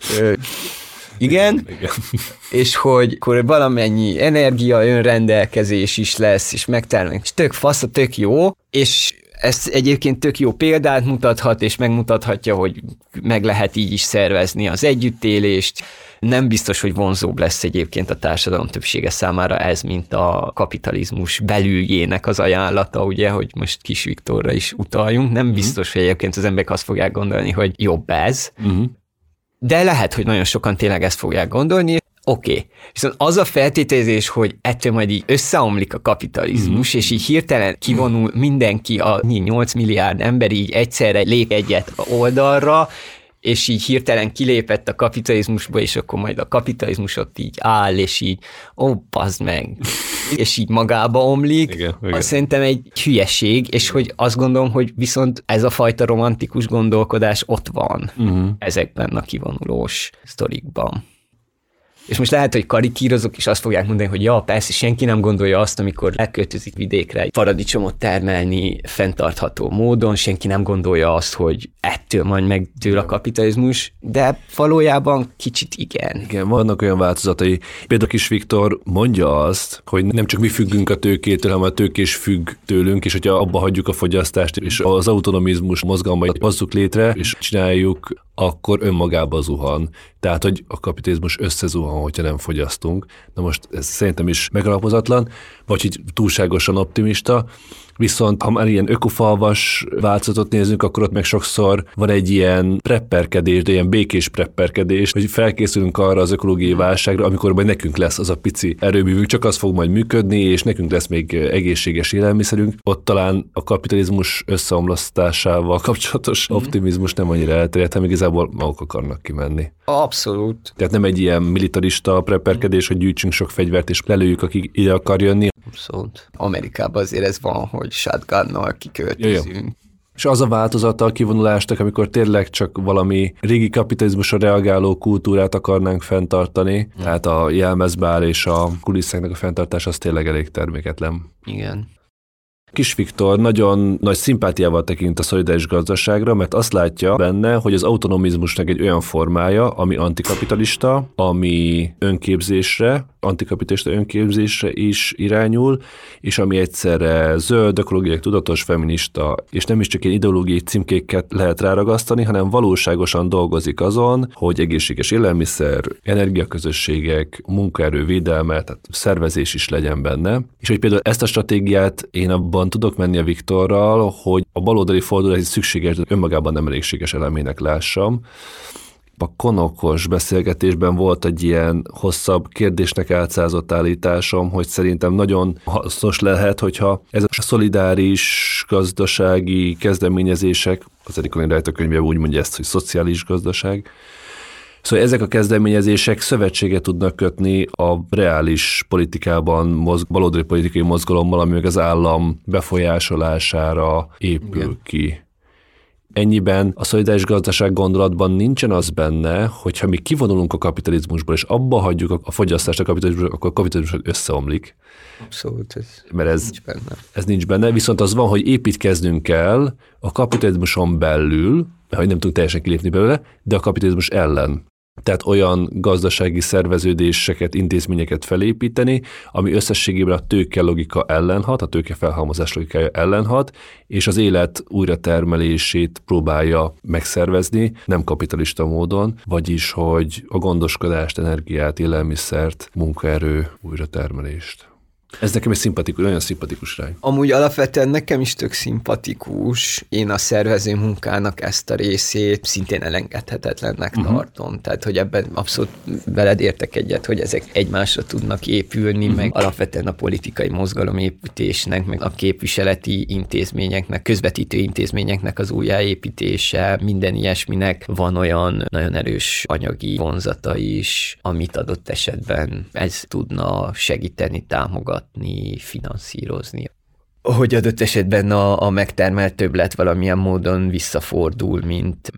Igen, és hogy akkor valamennyi energia, önrendelkezés is lesz, és megtermelünk, és tök fasz, tök jó, és ez egyébként tök jó példát mutathat, és megmutathatja, hogy meg lehet így is szervezni az együttélést. Nem biztos, hogy vonzóbb lesz egyébként a társadalom többsége számára ez, mint a kapitalizmus belüljének az ajánlata, ugye, hogy most Kis Viktorra is utaljunk. Nem biztos, hogy egyébként az emberek azt fogják gondolni, hogy jobb ez, de lehet, hogy nagyon sokan tényleg ezt fogják gondolni. Oké. Viszont az a feltételezés, hogy ettől majd így összeomlik a kapitalizmus, és így hirtelen kivonul mindenki, a 8 milliárd ember így egyszerre lép egyet oldalra, és így hirtelen kilépett a kapitalizmusba, és akkor majd a kapitalizmus ott így áll, és így, bazd meg, és így magába omlik. Igen. Szerintem egy hülyeség, és hogy azt gondolom, hogy viszont ez a fajta romantikus gondolkodás ott van ezekben a kivonulós sztorikban. És most lehet, hogy karikírozok, és azt fogják mondani, hogy ja, persze, senki nem gondolja azt, amikor elköltözik vidékre egy paradicsomot termelni fenntartható módon, senki nem gondolja azt, hogy ettől majd megdől a kapitalizmus, de valójában kicsit igen. Igen, vannak olyan változatai. Például Kis Viktor mondja azt, hogy nem csak mi függünk a tőkétől, hanem a tőkés függ tőlünk, és hogyha abba hagyjuk a fogyasztást, és az autonomizmus mozgalmait hozzuk létre, és csináljuk, akkor önmagába zuhan. Tehát, hogy a kapitalizmus összezuhan, hogyha nem fogyasztunk. Na most ez szerintem is megalapozatlan, vagy így túlságosan optimista. Viszont ha már ilyen ökofalvas változatot nézünk, akkor ott meg sokszor van egy ilyen prepperkedés, de ilyen békés prepperkedés, hogy felkészülünk arra az ökológiai válságra, amikor majd nekünk lesz az a pici erőművünk, csak az fog majd működni, és nekünk lesz még egészséges élelmiszerünk. Ott talán a kapitalizmus összeomlasztásával kapcsolatos optimizmus nem annyira elterjedt, hanem igazából maguk akarnak kimenni. Abszolút. Tehát nem egy ilyen militarista prepperkedés, hogy gyűjtsünk sok fegyvert, és lelőjük, akik ide akar jönni. Abszolút. Amerikában azért ez van, hogy shotgunnal kiköltözünk. Jaj. És az a változata a kivonulásnak, amikor tényleg csak valami régi kapitalizmusra reagáló kultúrát akarnánk fenntartani, tehát a jelmezbál és a kulisszáknak a fenntartás az tényleg elég terméketlen. Igen. Kis Viktor nagyon nagy szimpátiával tekint a szolidáris gazdaságra, mert azt látja benne, hogy az autonomizmusnak egy olyan formája, ami antikapitalista, ami antikapitalista önképzésre is irányul, és ami egyszerre zöld, ökológiai, tudatos, feminista, és nem is csak ilyen ideológiai címkéket lehet ráragasztani, hanem valóságosan dolgozik azon, hogy egészséges élelmiszer, energiaközösségek, munkaerő védelme, tehát szervezés is legyen benne. És hogy például ezt a stratégiát én abban tudok menni a Viktorral, hogy a baloldali fordulás szükséges, de önmagában nem elégséges elemének lássam. A konokos beszélgetésben volt egy ilyen hosszabb kérdésnek álcázott állításom, hogy szerintem nagyon hasznos lehet, hogyha ez a szolidáris gazdasági kezdeményezések, az Erik Olin rajtakönyvében úgy mondja ezt, hogy szociális gazdaság, szóval ezek a kezdeményezések szövetséget tudnak kötni a reális politikában, baloldali politikai mozgalommal, ami meg az állam befolyásolására épül ki. Ennyiben a szolidáris gazdaság gondolatban nincsen az benne, hogyha mi kivonulunk a kapitalizmusból, és abba hagyjuk a fogyasztást a kapitalizmusból, akkor a kapitalizmus összeomlik. Abszolút, ez nincs benne. Ez nincs benne, viszont az van, hogy építkeznünk kell a kapitalizmuson belül, mert nem tudunk teljesen kilépni belőle, de a kapitalizmus ellen. Tehát olyan gazdasági szerveződéseket, intézményeket felépíteni, ami összességében a tőke logika ellen hat, a tőke felhalmozás logikája ellen hat, és az élet újratermelését próbálja megszervezni, nem kapitalista módon, vagyis, hogy a gondoskodást, energiát, élelmiszert, munkaerő újratermelést. Ez nekem egy szimpatikus, nagyon szimpatikus rány. Amúgy alapvetően nekem is tök szimpatikus. Én a szervező munkának ezt a részét szintén elengedhetetlennek tartom. Tehát, hogy ebben abszolút veled értek egyet, hogy ezek egymásra tudnak épülni, meg alapvetően a politikai mozgalomépítésnek, meg a képviseleti intézményeknek, közvetítő intézményeknek az újjáépítése, minden ilyesminek van olyan nagyon erős anyagi vonzata is, amit adott esetben ez tudna segíteni, támogatni, finanszírozni. Hogy adott esetben a megtermelt többlet valamilyen módon visszafordul, mint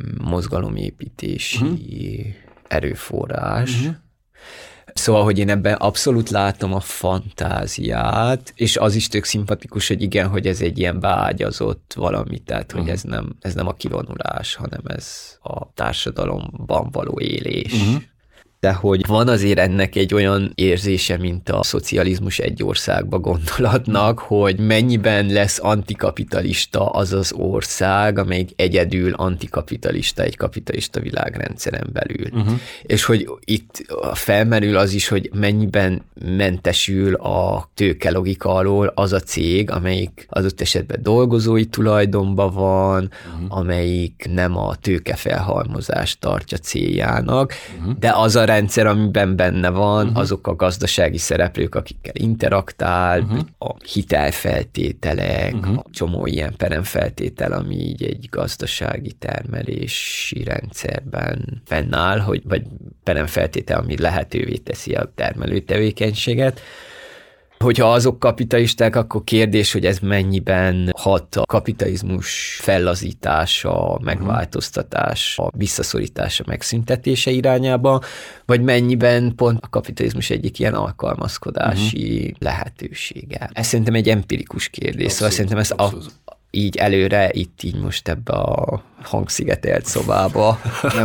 mozgalomépítési erőforrás. Szóval, hogy én ebben abszolút látom a fantáziát, és az is tök szimpatikus, hogy igen, hogy ez egy ilyen beágyazott valami, tehát, hogy ez nem a kivonulás, hanem ez a társadalomban való élés. De hogy van azért ennek egy olyan érzése, mint a szocializmus egy országba gondolatnak, hogy mennyiben lesz antikapitalista az az ország, amelyik egyedül antikapitalista egy kapitalista világrendszeren belül. És hogy itt felmerül az is, hogy mennyiben mentesül a tőke logika alól az a cég, amelyik adott esetben dolgozói tulajdonban van, amelyik nem a tőke felhalmozást tartja céljának, de az a rendszer, amiben benne van, azok a gazdasági szereplők, akikkel interaktál, a hitelfeltételek, a csomó ilyen peremfeltétel, ami így egy gazdasági termelési rendszerben fennáll, vagy peremfeltétel, ami lehetővé teszi a termelő tevékenységet. Hogyha azok kapitalisták, akkor kérdés, hogy ez mennyiben hat a kapitalizmus fellazítása, megváltoztatása, visszaszorítása, megszüntetése irányába, vagy mennyiben pont a kapitalizmus egyik ilyen alkalmazkodási lehetősége. Ez szerintem egy empirikus kérdés, szóval szerintem ez így előre, itt így most ebbe a hangszigetelt szobába nem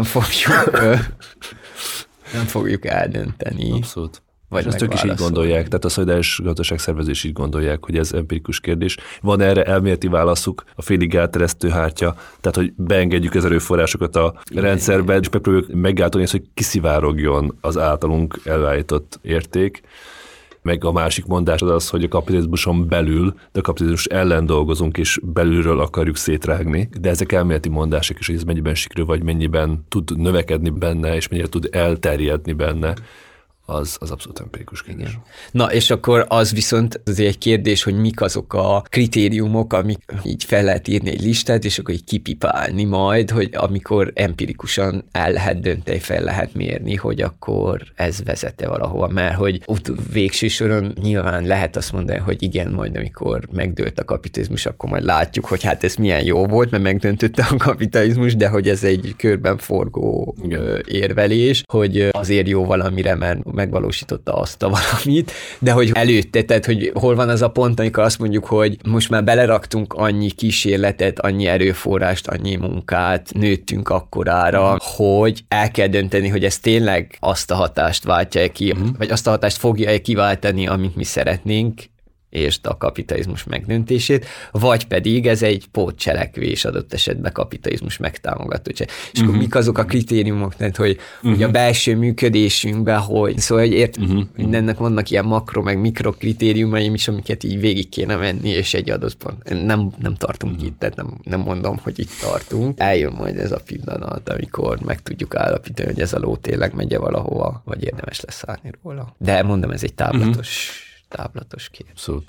fogjuk eldönteni. Abszolút. És ezt ők is így gondolják, tehát a szolidáris gazdaságszervezés így gondolják, hogy ez empirikus kérdés. Van erre elméleti válaszuk, a félig átteresztő hártya, tehát hogy beengedjük az erőforrásokat a rendszerbe, és megpróbáljuk meggátolni ezt, hogy kiszivárogjon az általunk előállított érték. meg a másik mondás az, hogy a kapitalizmuson belül, de a kapitalizmus ellen dolgozunk, és belülről akarjuk szétrágni. De ezek elméleti mondások is, hogy ez mennyiben sikerül, vagy mennyiben tud növekedni benne, és mennyire tud elterjedni benne, az abszolút empirikus kérdés. Igen. Na, és akkor az viszont azért egy kérdés, hogy mik azok a kritériumok, amik így fel lehet írni egy listát, és akkor így kipipálni majd, hogy amikor empirikusan el lehet dönteni, fel lehet mérni, hogy akkor ez vezete valahova, mert hogy végső soron nyilván lehet azt mondani, hogy igen, majd amikor megdőlt a kapitalizmus, akkor majd látjuk, hogy hát ez milyen jó volt, mert megdöntötte a kapitalizmus, de hogy ez egy körben forgó érvelés, hogy azért jó valamire, mert megvalósította azt a valamit, de hogy előtte, tehát hogy hol van az a pont, amikor azt mondjuk, hogy most már beleraktunk annyi kísérletet, annyi erőforrást, annyi munkát, nőttünk akkorára, hogy el kell dönteni, hogy ez tényleg azt a hatást váltja ki, vagy azt a hatást fogja kiváltani, amit mi szeretnénk, és a kapitalizmus megdöntését, vagy pedig ez egy pótcselekvés adott esetben kapitalizmus megtámogatója. És akkor mik azok a kritériumok, tehát, hogy a belső működésünkben, hogy szóval, hogy ennek vannak ilyen makro, meg mikro kritériumaim is, amiket így végig kéne menni, és egy adott pont. Nem tartunk itt, tehát nem mondom, hogy itt tartunk. Eljön majd ez a pillanat, amikor meg tudjuk állapítani, hogy ez a ló tényleg megy valahova, vagy érdemes leszállni róla. De mondom, ez egy táblatos kép. Abszolút.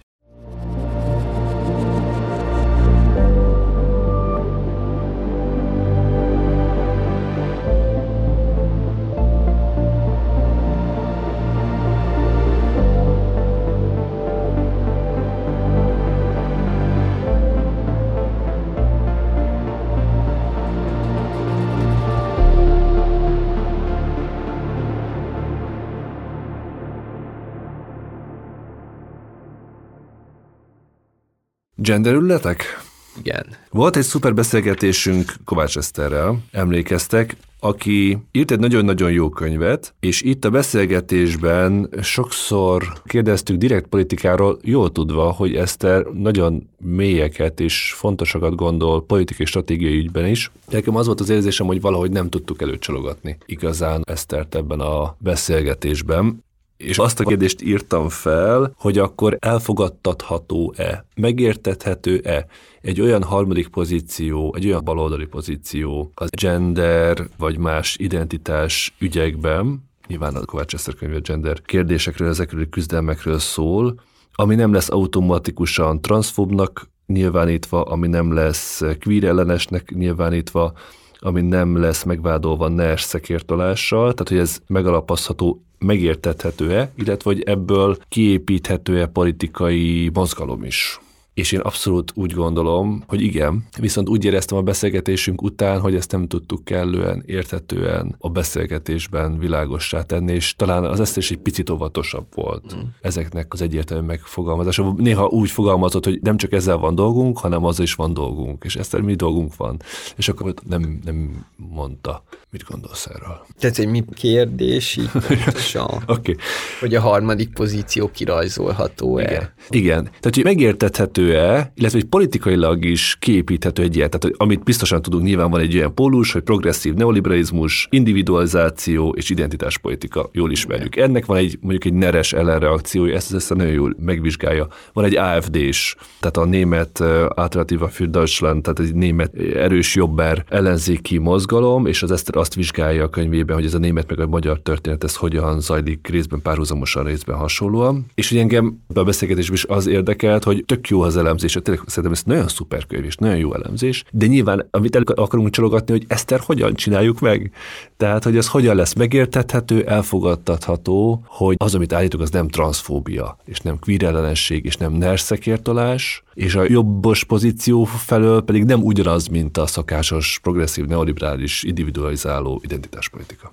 Genderülletek? Igen. Volt egy szuper beszélgetésünk Kovács Eszterrel, emlékeztek, aki írt egy nagyon-nagyon jó könyvet, és itt a beszélgetésben sokszor kérdeztük direkt politikáról, jól tudva, hogy Eszter nagyon mélyeket és fontosakat gondol politikai stratégiai ügyben is. Nekem az volt az érzésem, hogy valahogy nem tudtuk előcsalogatni igazán Esztert ebben a beszélgetésben. És azt a kérdést írtam fel, hogy akkor elfogadtatható-e, megértethető-e egy olyan harmadik pozíció, egy olyan baloldali pozíció az gender vagy más identitás ügyekben, nyilván a Kovács Eszter könyve gender kérdésekről, ezekről küzdelmekről szól, ami nem lesz automatikusan transzfóbnak nyilvánítva, ami nem lesz queer ellenesnek nyilvánítva, ami nem lesz megvádolva NERS szekértolással, tehát hogy ez megalapozható, megértethető-e, illetve hogy ebből kiépíthető-e politikai mozgalom is. És én abszolút úgy gondolom, hogy igen, viszont úgy éreztem a beszélgetésünk után, hogy ezt nem tudtuk kellően, érthetően a beszélgetésben világossá tenni, és talán az Eszter is egy picit óvatosabb volt ezeknek az egyértelmű megfogalmazása. Néha úgy fogalmazott, hogy nem csak ezzel van dolgunk, hanem azzal is van dolgunk, és Eszter, mi dolgunk van? És akkor nem mondta. Mit gondolsz erről? Tehát egy mi kérdés így pontosan, okay. Hogy a harmadik pozíció kirajzolható-e? Igen. Tehát, hogy megértethető-e, illetve hogy politikailag is kiépíthető egy ilyen. Tehát, amit biztosan tudunk, nyilván van egy olyan pólus, hogy progresszív neoliberalizmus, individualizáció és identitáspolitika. Jól ismerjük. Ennek van mondjuk egy neres ellenreakciója, ezt nagyon jól megvizsgálja. Van egy AfD-s, tehát a német Alternative für Deutschland, tehát egy német erős jobber ellenzéki mozgalom, és az Eszter azt vizsgálja a könyvében, hogy ez a német meg a magyar történet, ez hogyan zajlik részben párhuzamosan, részben hasonlóan. És hogy engem a beszélgetésben is az érdekelt, hogy tök jó az elemzés, tényleg szerintem ez nagyon szuper könyv és nagyon jó elemzés, de nyilván, amit el akarunk csalogatni, hogy Eszter hogyan csináljuk meg? Tehát, hogy ez hogyan lesz megértethető, elfogadtatható, hogy az, amit állítok, az nem transzfóbia, és nem queer ellenesség, és nem NERS szekértolás, és a jobbos pozíció felől pedig nem ugyanaz, mint a szokásos, progresszív, neoliberális, individualizáló identitáspolitika.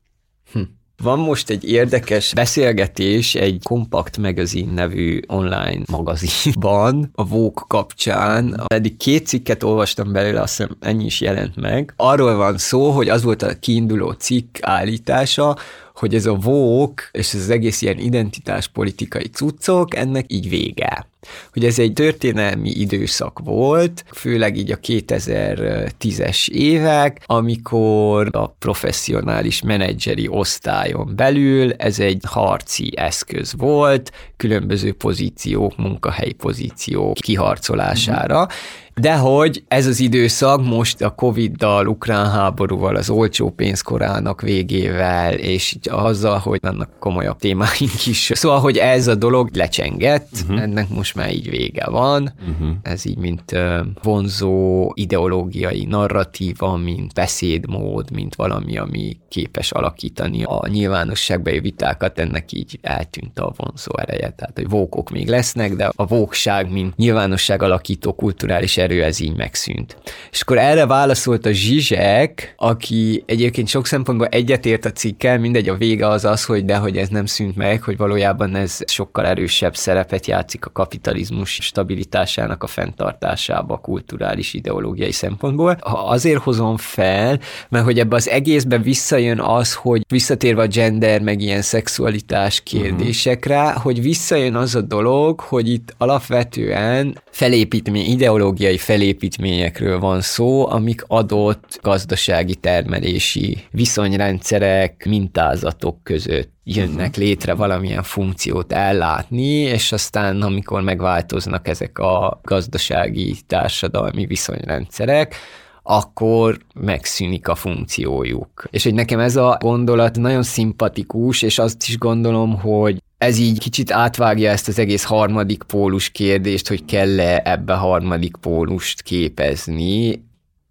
Van most egy érdekes beszélgetés egy Compact Magazine nevű online magazinban a Vogue kapcsán. Eddig 2 cikket olvastam belőle, azt hiszem ennyi is jelent meg. Arról van szó, hogy az volt a kiinduló cikk állítása, hogy ez a Vogue és ez az egész ilyen identitáspolitikai cuccok, ennek így vége. hogy ez egy történelmi időszak volt, főleg így a 2010-es évek, amikor a professzionális menedzseri osztályon belül ez egy harci eszköz volt, különböző pozíciók, munkahelyi pozíciók kiharcolására, de hogy ez az időszak most a Covid-dal, ukrán háborúval, az olcsó pénzkorának végével, és azzal, hogy vannak komolyabb témáink is. Szóval, hogy ez a dolog lecsengett, ennek most már így vége van. Ez így, mint vonzó ideológiai narratíva, mint beszédmód, mint valami, ami képes alakítani a nyilvánosságba jövő vitákat, ennek így eltűnt a vonzó ereje. Tehát, hogy vókok még lesznek, de a vókság, mint nyilvánosság alakító kulturális erő, ez így megszűnt. És akkor erre válaszolt a Zsizsek, aki egyébként sok szempontból egyetért a cikkel, mindegy, a vége az, hogy dehogy ez nem szűnt meg, hogy valójában ez sokkal erősebb szerepet játszik a kapitalizmus stabilitásának a fenntartásába, a kulturális ideológiai szempontból. Azért hozom fel, mert hogy ebbe az egészben visszajön az, hogy visszatérve a gender, meg ilyen szexualitás kérdésekre, hogy visszajön az a dolog, hogy itt alapvetően ideológiai felépítményekről van szó, amik adott gazdasági termelési viszonyrendszerek, mintázatok között jönnek létre valamilyen funkciót ellátni, és aztán amikor megváltoznak ezek a gazdasági, társadalmi viszonyrendszerek, akkor megszűnik a funkciójuk. És hogy nekem ez a gondolat nagyon szimpatikus, és azt is gondolom, hogy ez így kicsit átvágja ezt az egész harmadik pólus kérdést, hogy kell-e ebbe harmadik pólust képezni.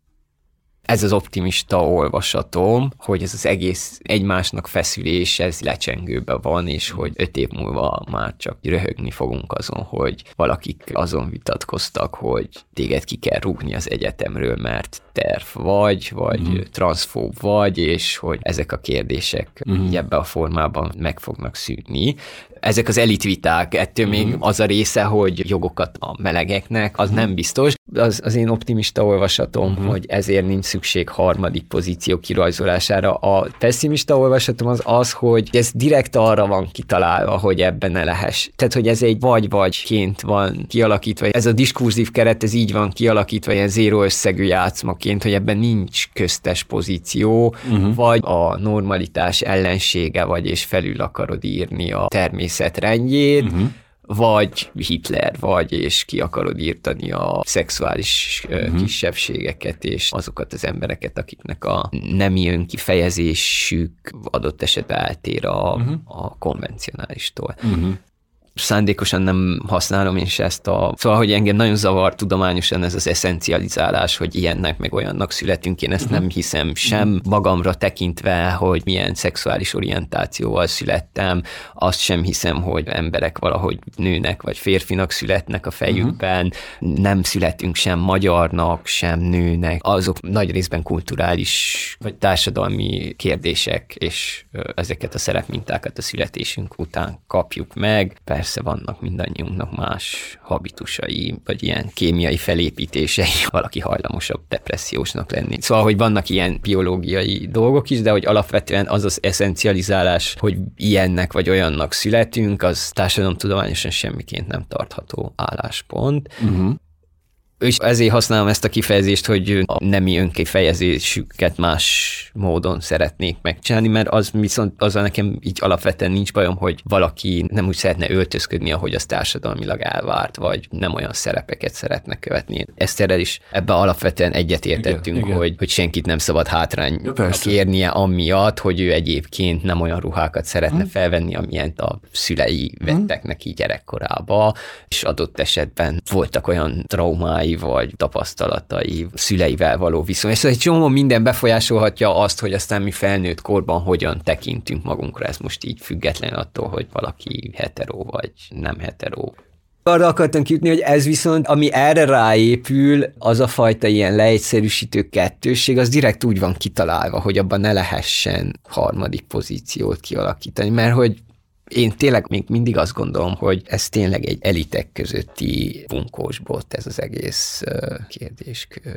Ez az optimista olvasatom, hogy ez az egész egymásnak feszülés, ez lecsengőben van, és hogy 5 év múlva már csak röhögni fogunk azon, hogy valakik azon vitatkoztak, hogy téged ki kell rúgni az egyetemről, mert terv vagy transzfób vagy, és hogy ezek a kérdések így ebben a formában meg fognak szűnni. Ezek az elitviták, ettől még az a része, hogy jogokat a melegeknek, az nem biztos. Az én optimista olvasatom, hogy ezért nincs szükség harmadik pozíció kirajzolására. A pessimista olvasatom az, hogy ez direkt arra van kitalálva, hogy ebben ne lehess. Tehát, hogy ez egy vagy-vagyként van kialakítva. Ez a diskurzív keret, ez így van kialakítva, ilyen zéró összegű játszmaként, hogy ebben nincs köztes pozíció, vagy a normalitás ellensége vagy, és felül akarod írni a természetrendjét, vagy Hitler vagy, és ki akarod írtani a szexuális kisebbségeket, és azokat az embereket, akiknek a nemi önkifejezésük adott esetben eltér a konvencionálistól. Szándékosan nem használom én se ezt szóval, hogy engem nagyon zavar tudományosan ez az eszencializálás, hogy ilyennek meg olyannak születünk. Én ezt nem hiszem sem magamra tekintve, hogy milyen szexuális orientációval születtem. Azt sem hiszem, hogy emberek valahogy nőnek vagy férfinak születnek a fejükben. Nem születünk sem magyarnak, sem nőnek. Azok nagy részben kulturális vagy társadalmi kérdések, és ezeket a szerepmintákat a születésünk után kapjuk meg. Persze vannak mindannyiunknak más habitusai, vagy ilyen kémiai felépítései, valaki hajlamosabb depressziósnak lenni. Szóval, hogy vannak ilyen biológiai dolgok is, de hogy alapvetően az az eszencializálás, hogy ilyennek vagy olyannak születünk, az társadalomtudományosan semmiként nem tartható álláspont. És ezért használom ezt a kifejezést, hogy a nemi önkifejezésüket más módon szeretnék megcsinálni, mert az viszont azzal nekem így alapvetően nincs bajom, hogy valaki nem úgy szeretne öltözködni, ahogy az társadalmilag elvárt, vagy nem olyan szerepeket szeretne követni. Eszterrel is ebben alapvetően egyetértettünk, hogy senkit nem szabad hátrányba kérnie amiatt, hogy ő egyébként nem olyan ruhákat szeretne felvenni, amilyent a szülei vettek neki gyerekkorába, és adott esetben voltak olyan traumái, vagy tapasztalatai, szüleivel való viszony. És egy csomó minden befolyásolhatja azt, hogy aztán mi felnőtt korban hogyan tekintünk magunkra. Ez most így független attól, hogy valaki hetero vagy nem hetero. Arra akartam kijutni, hogy ez viszont, ami erre ráépül, az a fajta ilyen leegyszerűsítő kettősség, az direkt úgy van kitalálva, hogy abban ne lehessen harmadik pozíciót kialakítani, mert hogy én tényleg még mindig azt gondolom, hogy ez tényleg egy elitek közötti bunkósbot, ez az egész kérdéskör.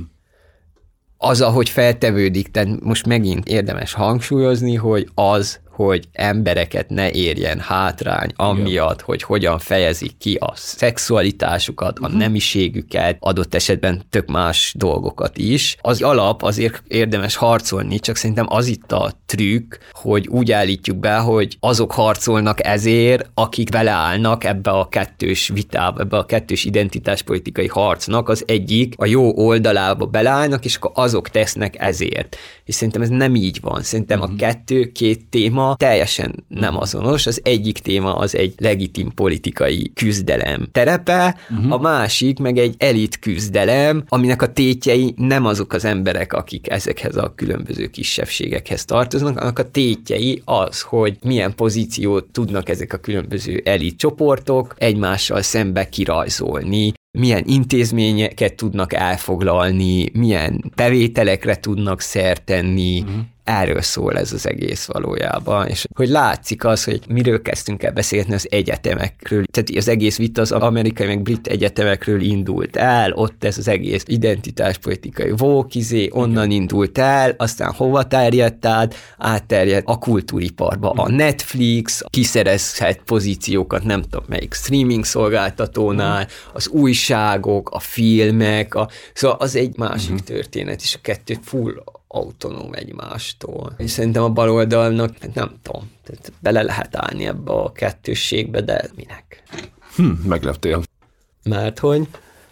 Az, ahogy feltevődik, tehát most megint érdemes hangsúlyozni, hogy az, hogy embereket ne érjen hátrány amiatt, hogy hogyan fejezik ki a szexualitásukat, a nemiségüket, adott esetben tök más dolgokat is. Az alap azért érdemes harcolni, csak szerintem az itt a trükk, hogy úgy állítjuk be, hogy azok harcolnak ezért, akik beleállnak ebbe a kettős vitába, ebbe a kettős identitáspolitikai harcnak, az egyik a jó oldalába beleállnak, és akkor azok tesznek ezért. És szerintem ez nem így van. Szerintem a két téma teljesen nem azonos. Az egyik téma az egy legitim politikai küzdelem terepe, a másik meg egy elit küzdelem, aminek a tétjei nem azok az emberek, akik ezekhez a különböző kisebbségekhez tartoznak, annak a tétjei az, hogy milyen pozíciót tudnak ezek a különböző elit csoportok egymással szembe kirajzolni, milyen intézményeket tudnak elfoglalni, milyen bevételekre tudnak szert tenni. Erről szól ez az egész valójában, és hogy látszik az, hogy miről kezdtünk el beszélni az egyetemekről. Tehát az egész vita az amerikai meg brit egyetemekről indult el, ott ez az egész identitáspolitikai woke onnan indult el, aztán hova terjedt át, átterjedt a kultúriparba. A Netflix kiszerezhet pozíciókat, nem tudom melyik streaming szolgáltatónál, az újságok, a filmek, szóval az egy másik történet, és a kettő full autonóm egymástól. És szerintem a baloldalnak, nem tudom, bele lehet állni ebbe a kettősségbe, de minek? Megleptél. Mert hogy?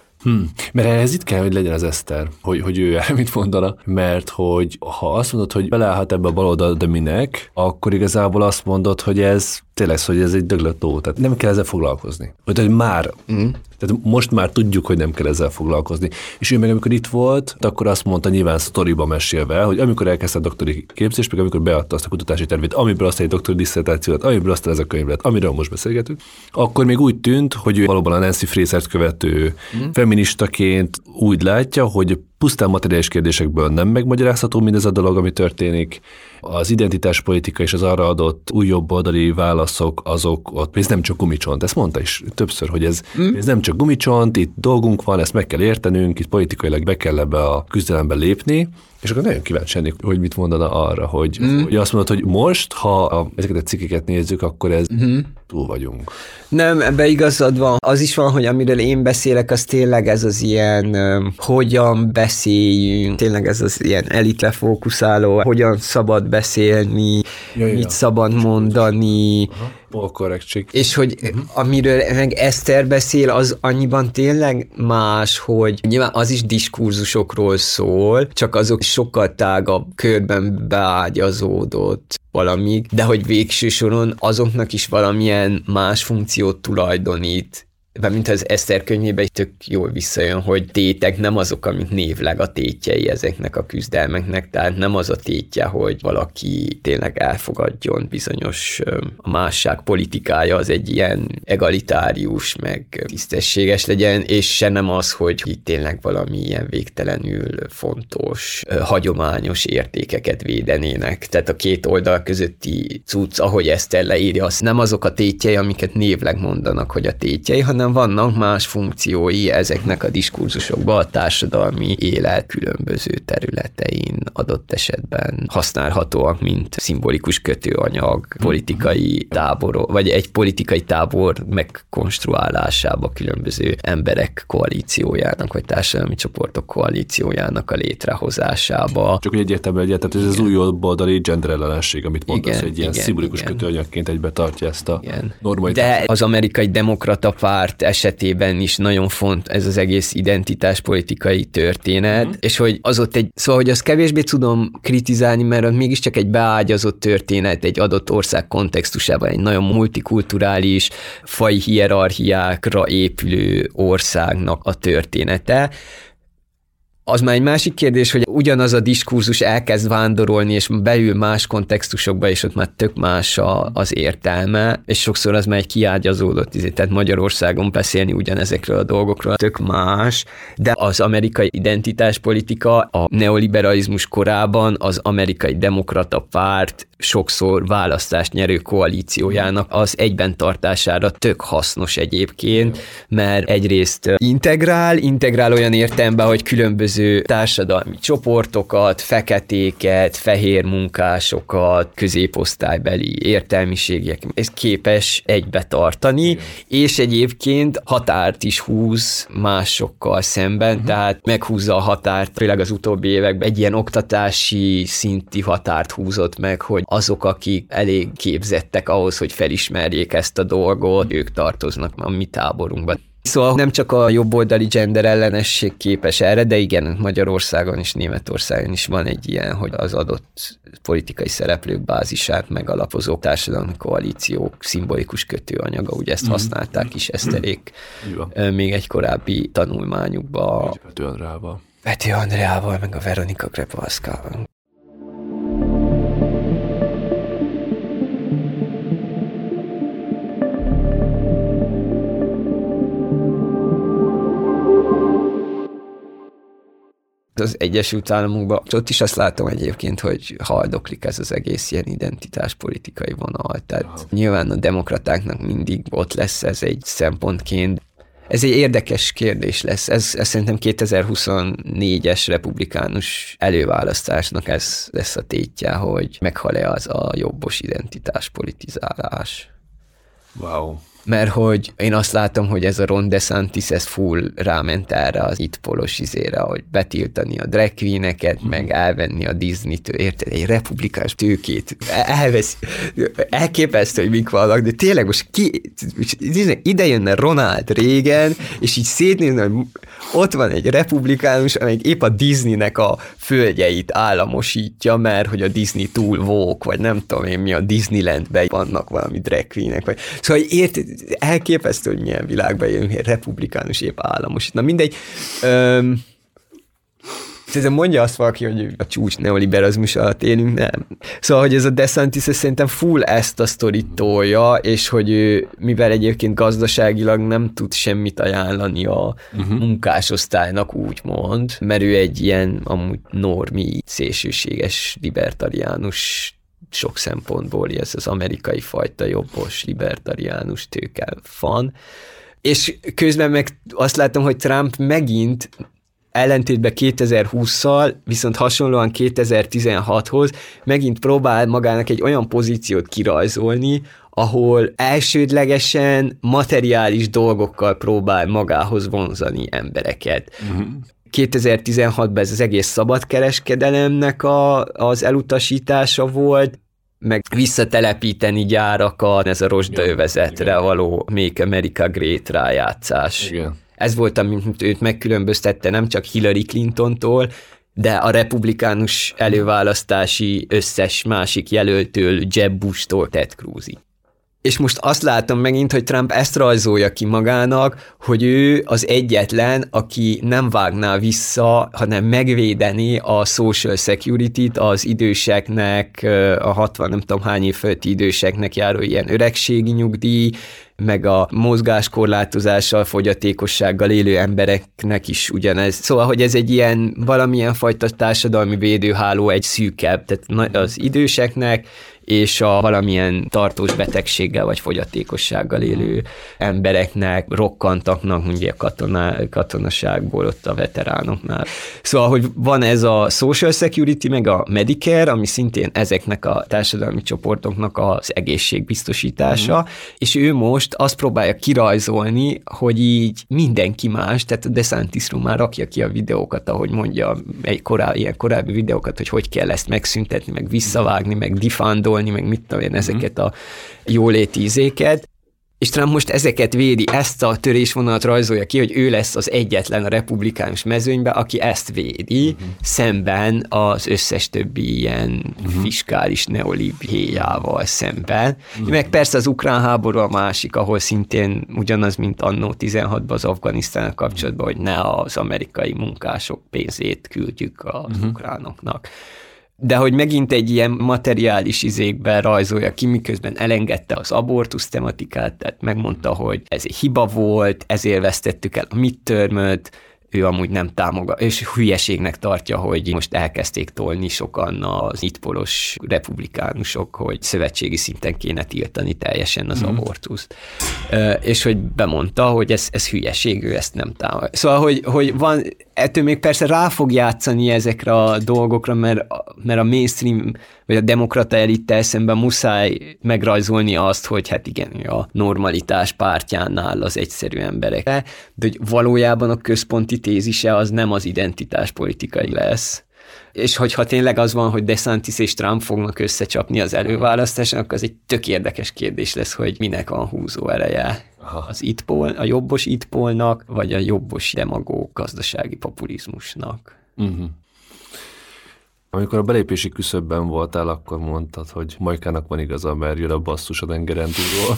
Mert ez itt kell, hogy legyen az Eszter, hogy ő erre mit mondana, mert hogy ha azt mondod, hogy beleállhat ebbe a baloldal, de minek, akkor igazából azt mondod, hogy ez tényleg, hogy ez egy döglött tó, tehát nem kell ezzel foglalkozni. Hogy már, tehát most már tudjuk, hogy nem kell ezzel foglalkozni. És ő meg amikor itt volt, akkor azt mondta nyilván sztoriba mesélve, hogy amikor elkezdte a doktori képzést, meg amikor beadta azt a kutatási tervét, amiből aztán egy doktori diszertációt, amiből aztán ez a könyv lett, amiről most beszélgetünk, akkor még úgy tűnt, hogy ő valóban a Nancy Frasert követő feministaként úgy látja, hogy pusztán materiális kérdésekből nem megmagyarázható mindez a dolog, ami történik. Az identitáspolitika és az arra adott új jobboldali válaszok, azok ott, ez nem csak gumicsont, ezt mondta is többször, hogy ez nem csak gumicsont, itt dolgunk van, ezt meg kell értenünk, itt politikailag be kell ebbe a küzdelembe lépni, és akkor nagyon kíváncsi lennék, hogy mit mondana arra, hogy azt mondod, hogy most, ha ezeket a cikkeket nézzük, akkor ez túl vagyunk. Nem, ebbe igazad van. Az is van, hogy amiről én beszélek, az tényleg ez az ilyen hogyan beszéljünk, tényleg ez az ilyen elitre fókuszáló, hogyan szabad beszélni, mit szabad mondani. Korrektség. És hogy amiről meg Eszter beszél, az annyiban tényleg más, hogy nyilván az is diskurzusokról szól, csak azok sokkal tágabb körben beágyazódott valamik, de hogy végső soron azoknak is valamilyen más funkciót tulajdonít, mint az Eszter könyvében tök jól visszajön, hogy tétek nem azok, amik névleg a tétjei ezeknek a küzdelmeknek, tehát nem az a tétje, hogy valaki tényleg elfogadjon bizonyos a másság politikája, az egy ilyen egalitárius, meg tisztességes legyen, és se nem az, hogy itt tényleg valami ilyen végtelenül fontos, hagyományos értékeket védenének. Tehát a két oldal közötti cucc, ahogy Eszter leírja, az nem azok a tétjei, amiket névleg mondanak, hogy a tétjei, hanem vannak más funkciói ezeknek a diskurzusokban a társadalmi élet különböző területein adott esetben használhatóak, mint szimbolikus kötőanyag, politikai tábor, vagy egy politikai tábor megkonstruálásába különböző emberek koalíciójának, vagy társadalmi csoportok koalíciójának a létrehozásába. Csak egyértelműen tehát ez az új jobboldali genderellenesség, amit mondasz, egy ilyen szimbolikus kötőanyagként egybe tartja ezt a normalitást. De az amerikai demokrata párt esetében is nagyon fontos ez az egész identitáspolitikai történet, és hogy az ott szóval, hogy azt kevésbé tudom kritizálni, mert az mégiscsak egy beágyazott történet egy adott ország kontextusában, egy nagyon multikulturális, faji hierarchiákra épülő országnak a története. Az már egy másik kérdés, hogy ugyanaz a diskurzus elkezd vándorolni, és beül más kontextusokba, és ott már tök más az értelme, és sokszor az már egy kiágyazódott, tehát Magyarországon beszélni ugyanezekről a dolgokról tök más, de az amerikai identitáspolitika a neoliberalizmus korában az amerikai demokrata párt sokszor választást nyerő koalíciójának az egyben tartására tök hasznos egyébként, mert egyrészt integrál olyan értelemben, hogy különböző különböző társadalmi csoportokat, feketéket, fehér munkásokat, középosztálybeli értelmiségiek, ez képes egybe tartani, és egyébként határt is húz másokkal szemben, tehát meghúzza a határt, főleg az utóbbi években egy ilyen oktatási szinti határt húzott meg, hogy azok, akik elég képzettek ahhoz, hogy felismerjék ezt a dolgot, ők tartoznak a mi táborunkban. Szóval nem csak a jobboldali gender ellenesség képes erre, de igen, Magyarországon és Németországon is van egy ilyen, hogy az adott politikai szereplők bázisát megalapozó társadalmi koalíciók szimbolikus kötőanyaga, ugye ezt használták is Eszterék még egy korábbi tanulmányukban. Pető Andreával, meg a Veronika Grepalszkával. Az Egyesült Államokban, ott is azt látom egyébként, hogy haldoklik ez az egész ilyen identitáspolitikai vonal. Tehát nyilván a demokratáknak mindig ott lesz ez egy szempontként. Ez egy érdekes kérdés lesz. Ez szerintem 2024-es republikánus előválasztásnak ez lesz a tétje, hogy meghal-e az a jobbos identitáspolitizálás. Wow. Mert hogy én azt látom, hogy ez a Ron DeSantis, ez full ráment erre az itpolos izére, hogy betiltani a drag queeneket, meg elvenni a Disney-től, érted? Egy republikánus tőkét elveszi. Elképesztő, hogy mik vannak, de tényleg most ide jönne Ronald Reagan, és így szétnézni, hogy ott van egy republikánus, amelyik épp a Disneynek a földjeit államosítja, mert hogy a Disney túl woke, vagy nem tudom én mi, a Disneylandben vannak valami drag queenek, vagy. Szóval érted, elképesztő, hogy milyen világban jön, hogy republikánus épp államosít. Na mindegy, mondja azt valaki, hogy a csúcs neoliberalizmus alatt élünk, nem. Szóval, hogy ez a DeSantis szerintem full ezt a sztorit tolja, és hogy ő, mivel egyébként gazdaságilag nem tud semmit ajánlani a munkásosztálynak, úgymond, mert ő egy ilyen amúgy normi, szélsőséges, libertariánus sok szempontból, ez az amerikai fajta jobbos, libertariánus tőke fan. És közben meg azt látom, hogy Trump megint ellentétben 2020-szal, viszont hasonlóan 2016-hoz megint próbál magának egy olyan pozíciót kirajzolni, ahol elsődlegesen materiális dolgokkal próbál magához vonzani embereket. 2016-ban ez az egész szabadkereskedelemnek az elutasítása volt, meg visszatelepíteni gyárakat, ez a rozsdaövezetre való Make America Great rájátszás. Igen. Ez volt, amit őt megkülönböztette nem csak Hillary Clintontól, de a republikánus előválasztási összes másik jelöltől, Jeb Bushtól, Ted Cruzig. És most azt látom megint, hogy Trump ezt rajzolja ki magának, hogy ő az egyetlen, aki nem vágná vissza, hanem megvédeni a social security-t az időseknek, a 60 nem tudom hány év fölötti időseknek járó ilyen öregségi nyugdíj, meg a mozgáskorlátozással, fogyatékossággal élő embereknek is ugyanez. Szóval, hogy ez egy ilyen valamilyen fajta társadalmi védőháló, egy szűkebb, tehát az időseknek és a valamilyen tartós betegséggel vagy fogyatékossággal élő embereknek, rokkantaknak, ugye katonaságból ott a veteránoknál. Szóval, hogy van ez a Social Security, meg a Medicare, ami szintén ezeknek a társadalmi csoportoknak az egészségbiztosítása, és ő most azt próbálja kirajzolni, hogy így mindenki más, tehát a DeSantisról már rakja ki a videókat, ahogy mondja, ilyen korábbi videókat, hogy kell ezt megszüntetni, meg visszavágni, meg defundolni, meg mit tudom én, ezeket a jóléti izéket. És Trump most ezeket védi, ezt a törésvonalat rajzolja ki, hogy ő lesz az egyetlen a republikánus mezőnyben, aki ezt védi, szemben az összes többi ilyen fiskális neoliberálával szemben. Meg persze az ukrán háború a másik, ahol szintén ugyanaz, mint annó 16-ban az Afganisztánnal kapcsolatban, hogy ne az amerikai munkások pénzét küldjük az ukránoknak. De hogy megint egy ilyen materiális izékben rajzolja ki, miközben elengedte az abortusz tematikát, tehát megmondta, hogy ez egy hiba volt, ezért vesztettük el a midterm-öt, ő amúgy nem támogat, és hülyeségnek tartja, hogy most elkezdték tolni sokan az itpolos republikánusok, hogy szövetségi szinten kéne tiltani teljesen az abortuszt. És hogy bemondta, hogy ez hülyeség, ő ezt nem támogatja. Szóval, hogy van, ettől még persze rá fog játszani ezekre a dolgokra, mert a mainstream, vagy a demokrata elittel szemben muszáj megrajzolni azt, hogy hát igen, a normalitás pártján áll az egyszerű emberekre, de hogy valójában a központi tézise az nem az identitáspolitikai lesz. És hogyha tényleg az van, hogy DeSantis és Trump fognak összecsapni az előválasztáson, akkor az egy tök érdekes kérdés lesz, hogy minek van húzó ereje. Az a jobbos itpolnak, vagy a jobbos demagóg gazdasági populizmusnak. Amikor a belépési küszöbben voltál, akkor mondtad, hogy Majkának van igaza, mert jön a basszus a tengeren túlról.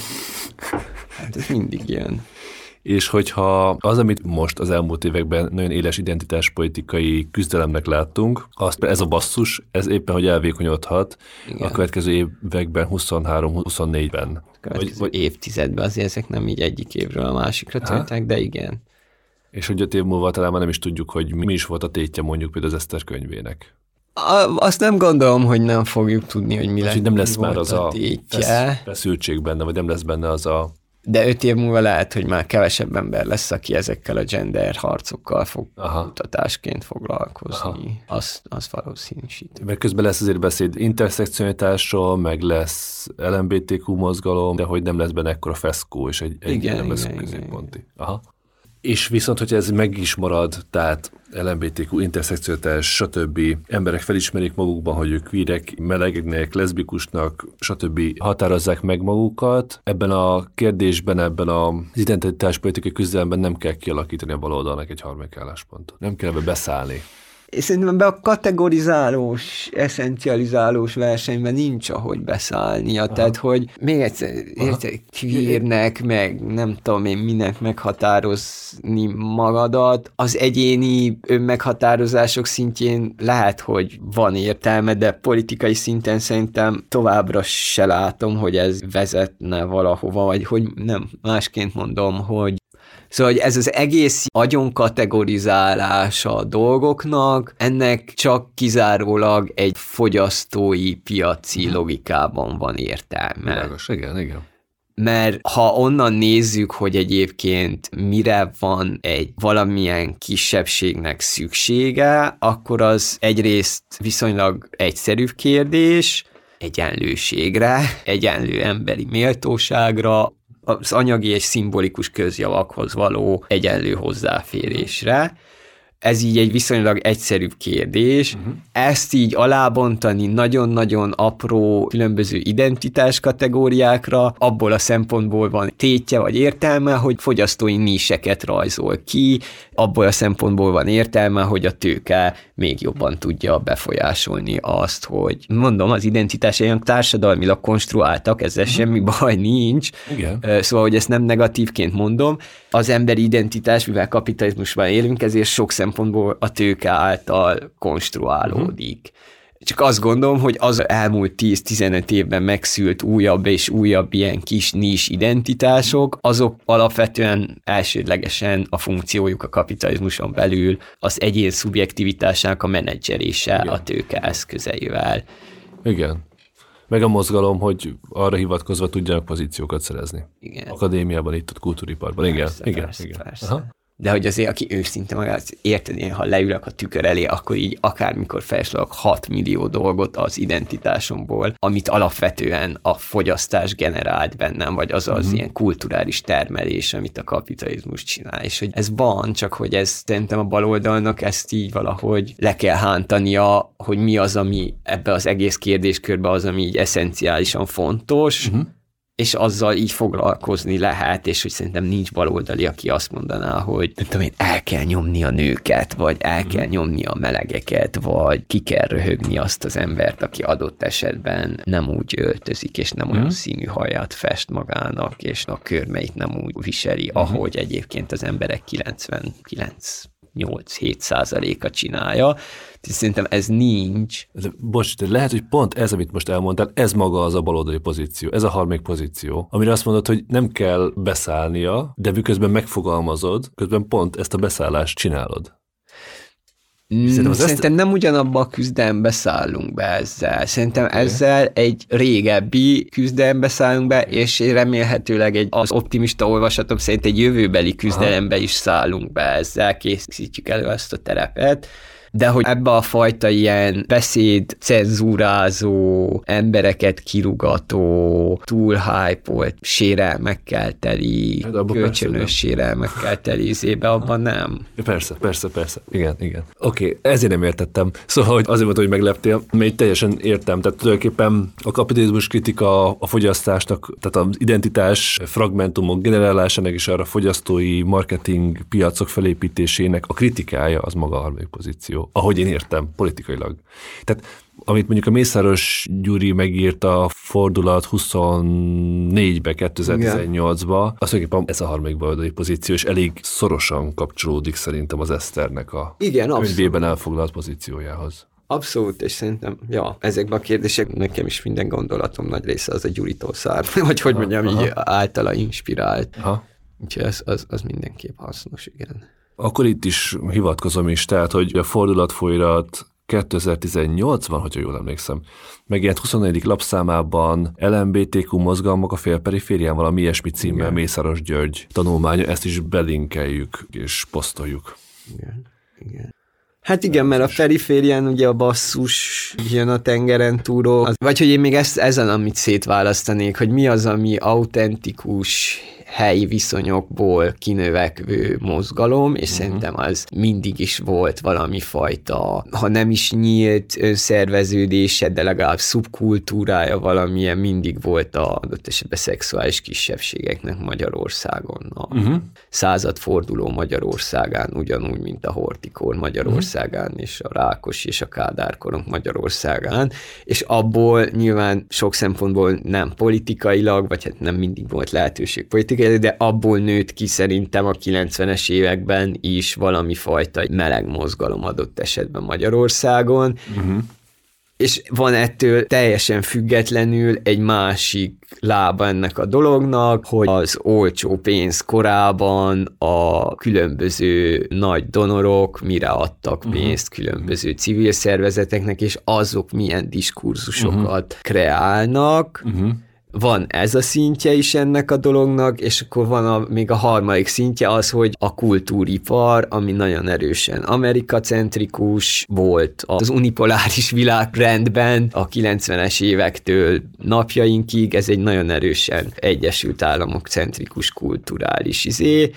Hát ez mindig jön. És hogyha az, amit most az elmúlt években nagyon éles identitáspolitikai küzdelemnek láttunk, ez a basszus, ez éppen, hogy elvékonyodhat a következő években, 23-24-ben. Vagy évtizedben, azért ezek nem így egyik évről a másikra történtek, de igen. És hogy 5 év múlva talán már nem is tudjuk, hogy mi is volt a tétje mondjuk például az Eszter könyvének. Azt nem gondolom, hogy nem fogjuk tudni, hogy mi lesz. Nem lesz már az a feszültség benne, vagy nem lesz benne az a... De 5 év múlva lehet, hogy már kevesebb ember lesz, aki ezekkel a gender harcokkal fog kutatásként foglalkozni. Az valószínűsít. Mert közben lesz azért beszéd interszekcionalitásról, meg lesz LMBTQ mozgalom, de hogy nem lesz benne ekkora feszkó, és egy nem lesz középponti. És viszont, hogyha ez meg is marad, tehát LMBTQ, interszekcionalitás, stb. Emberek felismerik magukban, hogy ők queerek, melegeknek, leszbikusnak, stb. Határozzák meg magukat. Ebben a kérdésben, ebben az identitáspolitikai küzdelemben nem kell kialakítani a baloldalnak egy harmadik álláspontot. Nem kell ebbe beszállni. És szerintem be a kategorizálós, eszencializálós versenyben nincs ahogy beszállnia. Tehát, hogy még egyszer, queernek, meg nem tudom én minek meghatározni magadat, az egyéni önmeghatározások szintjén lehet, hogy van értelme, de politikai szinten szerintem továbbra se látom, hogy ez vezetne valahova, vagy hogy nem, másként mondom, hogy szóval, hogy ez az egész agyonkategorizálása a dolgoknak, ennek csak kizárólag egy fogyasztói, piaci logikában van értelme. Világos, igen. Mert ha onnan nézzük, hogy egyébként mire van egy valamilyen kisebbségnek szüksége, akkor az egyrészt viszonylag egyszerűbb kérdés, egyenlőségre, egyenlő emberi méltóságra, az anyagi és szimbolikus közjavakhoz való egyenlő hozzáférésre. Ez így egy viszonylag egyszerűbb kérdés. Ezt így alábontani nagyon-nagyon apró különböző identitás kategóriákra, abból a szempontból van tétje vagy értelme, hogy fogyasztói níseket rajzol ki, abból a szempontból van értelme, hogy a tőke még jobban tudja befolyásolni azt, hogy mondom, az identitásainak társadalmilag konstruáltak, ezzel semmi baj nincs. Igen. Szóval, hogy ezt nem negatívként mondom. Az emberi identitás, mivel kapitalizmusban élünk, ezért sok szempontból a tőke által konstruálódik. Csak azt gondolom, hogy az elmúlt 10-15 évben megszült újabb és újabb ilyen kis nis identitások, azok alapvetően elsődlegesen a funkciójuk a kapitalizmuson belül az egyén szubjektivitásának a menedzselése a tőke eszközeivel. Igen. Meg a mozgalom, hogy arra hivatkozva tudjanak pozíciókat szerezni. Igen. Akadémiában, itt a kultúriparban. Igen. Persze. De hogy azért, aki őszinte magát, érted, én, ha leülök a tükör elé, akkor így akármikor felsorolok 6 millió dolgot az identitásomból, amit alapvetően a fogyasztás generált bennem, vagy az az ilyen kulturális termelés, amit a kapitalizmus csinál. És hogy ez van, csak hogy ez szerintem a baloldalnak ezt így valahogy le kell hántania, hogy mi az, ami ebbe az egész kérdéskörbe az, ami így eszenciálisan fontos, és azzal így foglalkozni lehet, és hogy szerintem nincs baloldali, aki azt mondaná, hogy nem tudom én, el kell nyomni a nőket, vagy el kell nyomni a melegeket, vagy ki kell röhögni azt az embert, aki adott esetben nem úgy öltözik, és nem olyan színű hajat fest magának, és a körmeit nem úgy viseli, ahogy egyébként az emberek 8-7%-a csinálja. Szerintem ez nincs. Bocs, de lehet, hogy pont ez, amit most elmondtál, ez maga az a baloldali pozíció, ez a harmadik pozíció, amire azt mondod, hogy nem kell beszállnia, de miközben megfogalmazod, közben pont ezt a beszállást csinálod. Szerintem nem ugyanabba a küzdelembe szállunk be ezzel. Szerintem ezzel egy régebbi küzdelembe szállunk be, és remélhetőleg az optimista olvasatom szerint egy jövőbeli küzdelembe is szállunk be ezzel, készítjük elő ezt a terepet. De hogy ebbe a fajta ilyen beszéd cenzúrázó, embereket kirugató, túl hype-olt sérelmekkel teli, kölcsönös sérelmekkel teli izébe, abban nem. Persze. Igen. Oké, ezért nem értettem. Szóval, hogy azért volt, hogy megleptél, mert teljesen értem. Tehát tulajdonképpen a kapitalizmus kritika a fogyasztásnak, tehát az identitás fragmentumok generálásának és arra fogyasztói marketing piacok felépítésének a kritikája az maga a harmadik pozíció. Ahogy én értem, politikailag. Tehát amit mondjuk a Mészáros Gyuri megírt a Fordulat 24-be, 2018-ba, az tulajdonképpen ez a harmadik baloldali pozíció, és elég szorosan kapcsolódik szerintem az Eszternek a könyvében elfoglalt pozíciójához. Abszolút, és szerintem, ezekben a kérdések nekem is minden gondolatom nagy része az a Gyuritól származik, vagy hogy mondjam, így általa inspirált. Úgyhogy az mindenképp hasznos, igen. Akkor itt is hivatkozom is, tehát, hogy a fordulatfolyirat 2018-ban, hogyha jól emlékszem, megjelent 24. lapszámában LMBTQ mozgalmak a félperiférián, valami ilyesmi címmel Mészáros György tanulmánya, ezt is belinkeljük és posztoljuk. Igen. Hát igen, mert a periférián ugye a basszus jön a tengeren túlról, vagy hogy én még ezen, amit szétválasztanék, hogy mi az, ami autentikus helyi viszonyokból kinövekvő mozgalom, és szerintem az mindig is volt valami fajta, ha nem is nyílt önszerveződése, de legalább szubkultúrája valamilyen mindig volt a adott esetben szexuális kisebbségeknek Magyarországon. A századforduló Magyarországán, ugyanúgy, mint a hortikor Magyarországán, és a Rákos és a Kádárkorong Magyarországán, és abból nyilván sok szempontból nem politikailag, vagy hát nem mindig volt lehetőség politikai, de abból nőtt ki szerintem a 90-es években is valami fajta meleg mozgalom adott esetben Magyarországon, és van ettől teljesen függetlenül egy másik lába ennek a dolognak, hogy az olcsó pénz korában a különböző nagy donorok mire adtak pénzt különböző civil szervezeteknek, és azok milyen diskurzusokat kreálnak. Van ez a szintje is ennek a dolognak, és akkor van még a harmadik szintje az, hogy a kultúripar, ami nagyon erősen amerikacentrikus volt az unipoláris világrendben a 90-es évektől napjainkig, ez egy nagyon erősen Egyesült Államok centrikus kulturális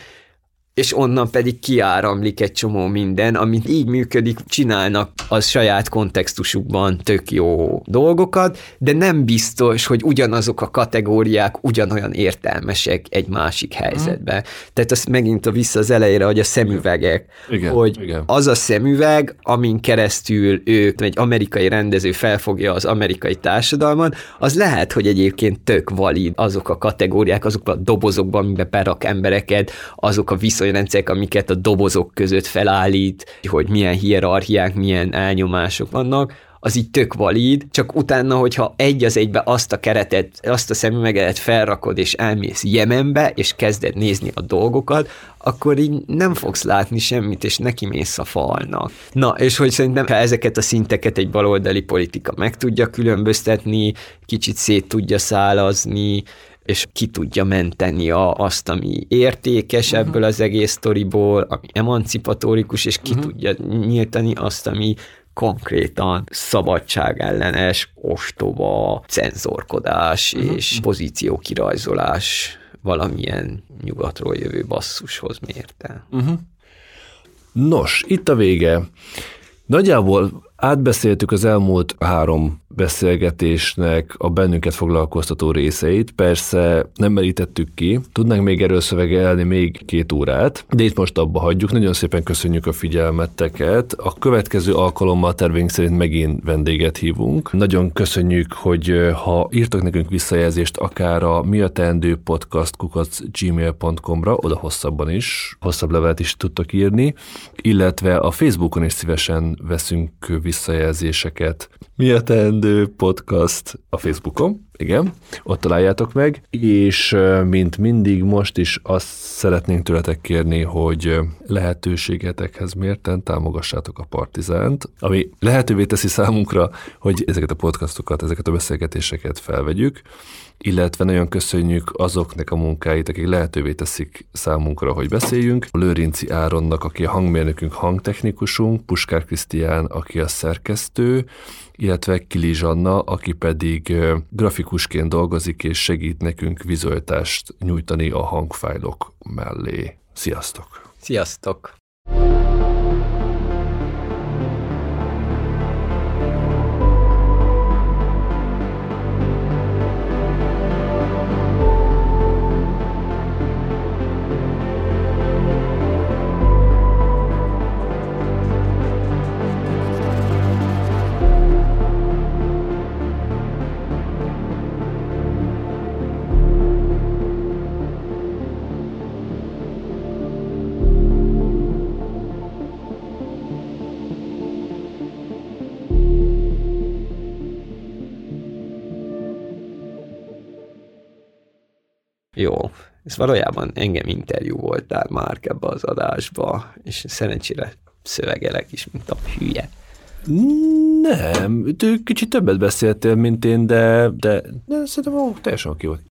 és onnan pedig kiáramlik egy csomó minden, amit így működik, csinálnak az saját kontextusukban tök jó dolgokat, de nem biztos, hogy ugyanazok a kategóriák ugyanolyan értelmesek egy másik helyzetben. Tehát azt megint vissza az elejére, hogy a szemüvegek, igen. Az a szemüveg, amin keresztül egy amerikai rendező felfogja az amerikai társadalmat, az lehet, hogy egyébként tök valid azok a kategóriák, azok a dobozokban, amiben berak embereket, azok a viszonyrendszerek, amiket a dobozok között felállít, hogy milyen hierarchiák, milyen elnyomások vannak, az így tök valid, csak utána, hogyha egy az egybe azt a keretet, azt a szemüveget felrakod, és elmész Jemenbe, és kezded nézni a dolgokat, akkor így nem fogsz látni semmit, és neki mész a falnak. Na, és hogy szerintem, ha ezeket a szinteket egy baloldali politika meg tudja különböztetni, kicsit szét tudja szálazni, és ki tudja menteni azt, ami értékes ebből az egész sztoriból, ami emancipatórikus, és ki tudja nyíltani azt, ami konkrétan szabadságellenes, ostoba, cenzorkodás és pozíciókirajzolás valamilyen nyugatról jövő basszushoz mérte. Nos, itt a vége. Nagyjából Átbeszéltük az elmúlt 3 beszélgetésnek a bennünket foglalkoztató részeit, persze nem merítettük ki, tudnánk még erről szövegelni még 2 órát, de itt most abba hagyjuk. Nagyon szépen köszönjük a figyelmeteket. A következő alkalommal terveink szerint megint vendéget hívunk. Nagyon köszönjük, hogy ha írtak nekünk visszajelzést akár a miateendőpodcast@gmail.com-ra, oda hosszabb levelet is tudtok írni, illetve a Facebookon is szívesen veszünk visszajelzéseket. Mi a teendő podcast a Facebookon, igen, ott találjátok meg, és mint mindig most is azt szeretnénk tőletek kérni, hogy lehetőségetekhez mérten támogassátok a Partizánt, ami lehetővé teszi számunkra, hogy ezeket a podcastokat, ezeket a beszélgetéseket felvegyük, illetve nagyon köszönjük azoknak a munkáit, akik lehetővé teszik számunkra, hogy beszéljünk. A Lőrinci Áronnak, aki a hangmérnökünk, hangtechnikusunk, Puskár Krisztián, aki a szerkesztő, illetve Kili Zsanna, aki pedig grafikusként dolgozik, és segít nekünk vizualitást nyújtani a hangfájlok mellé. Sziasztok! Sziasztok! Jó, ez valójában engem interjú voltál már ebbe az adásba, és szerencsére szövegelek is, mint a hülye. Nem, kicsit többet beszéltél, mint én, de szerintem teljesen oké volt.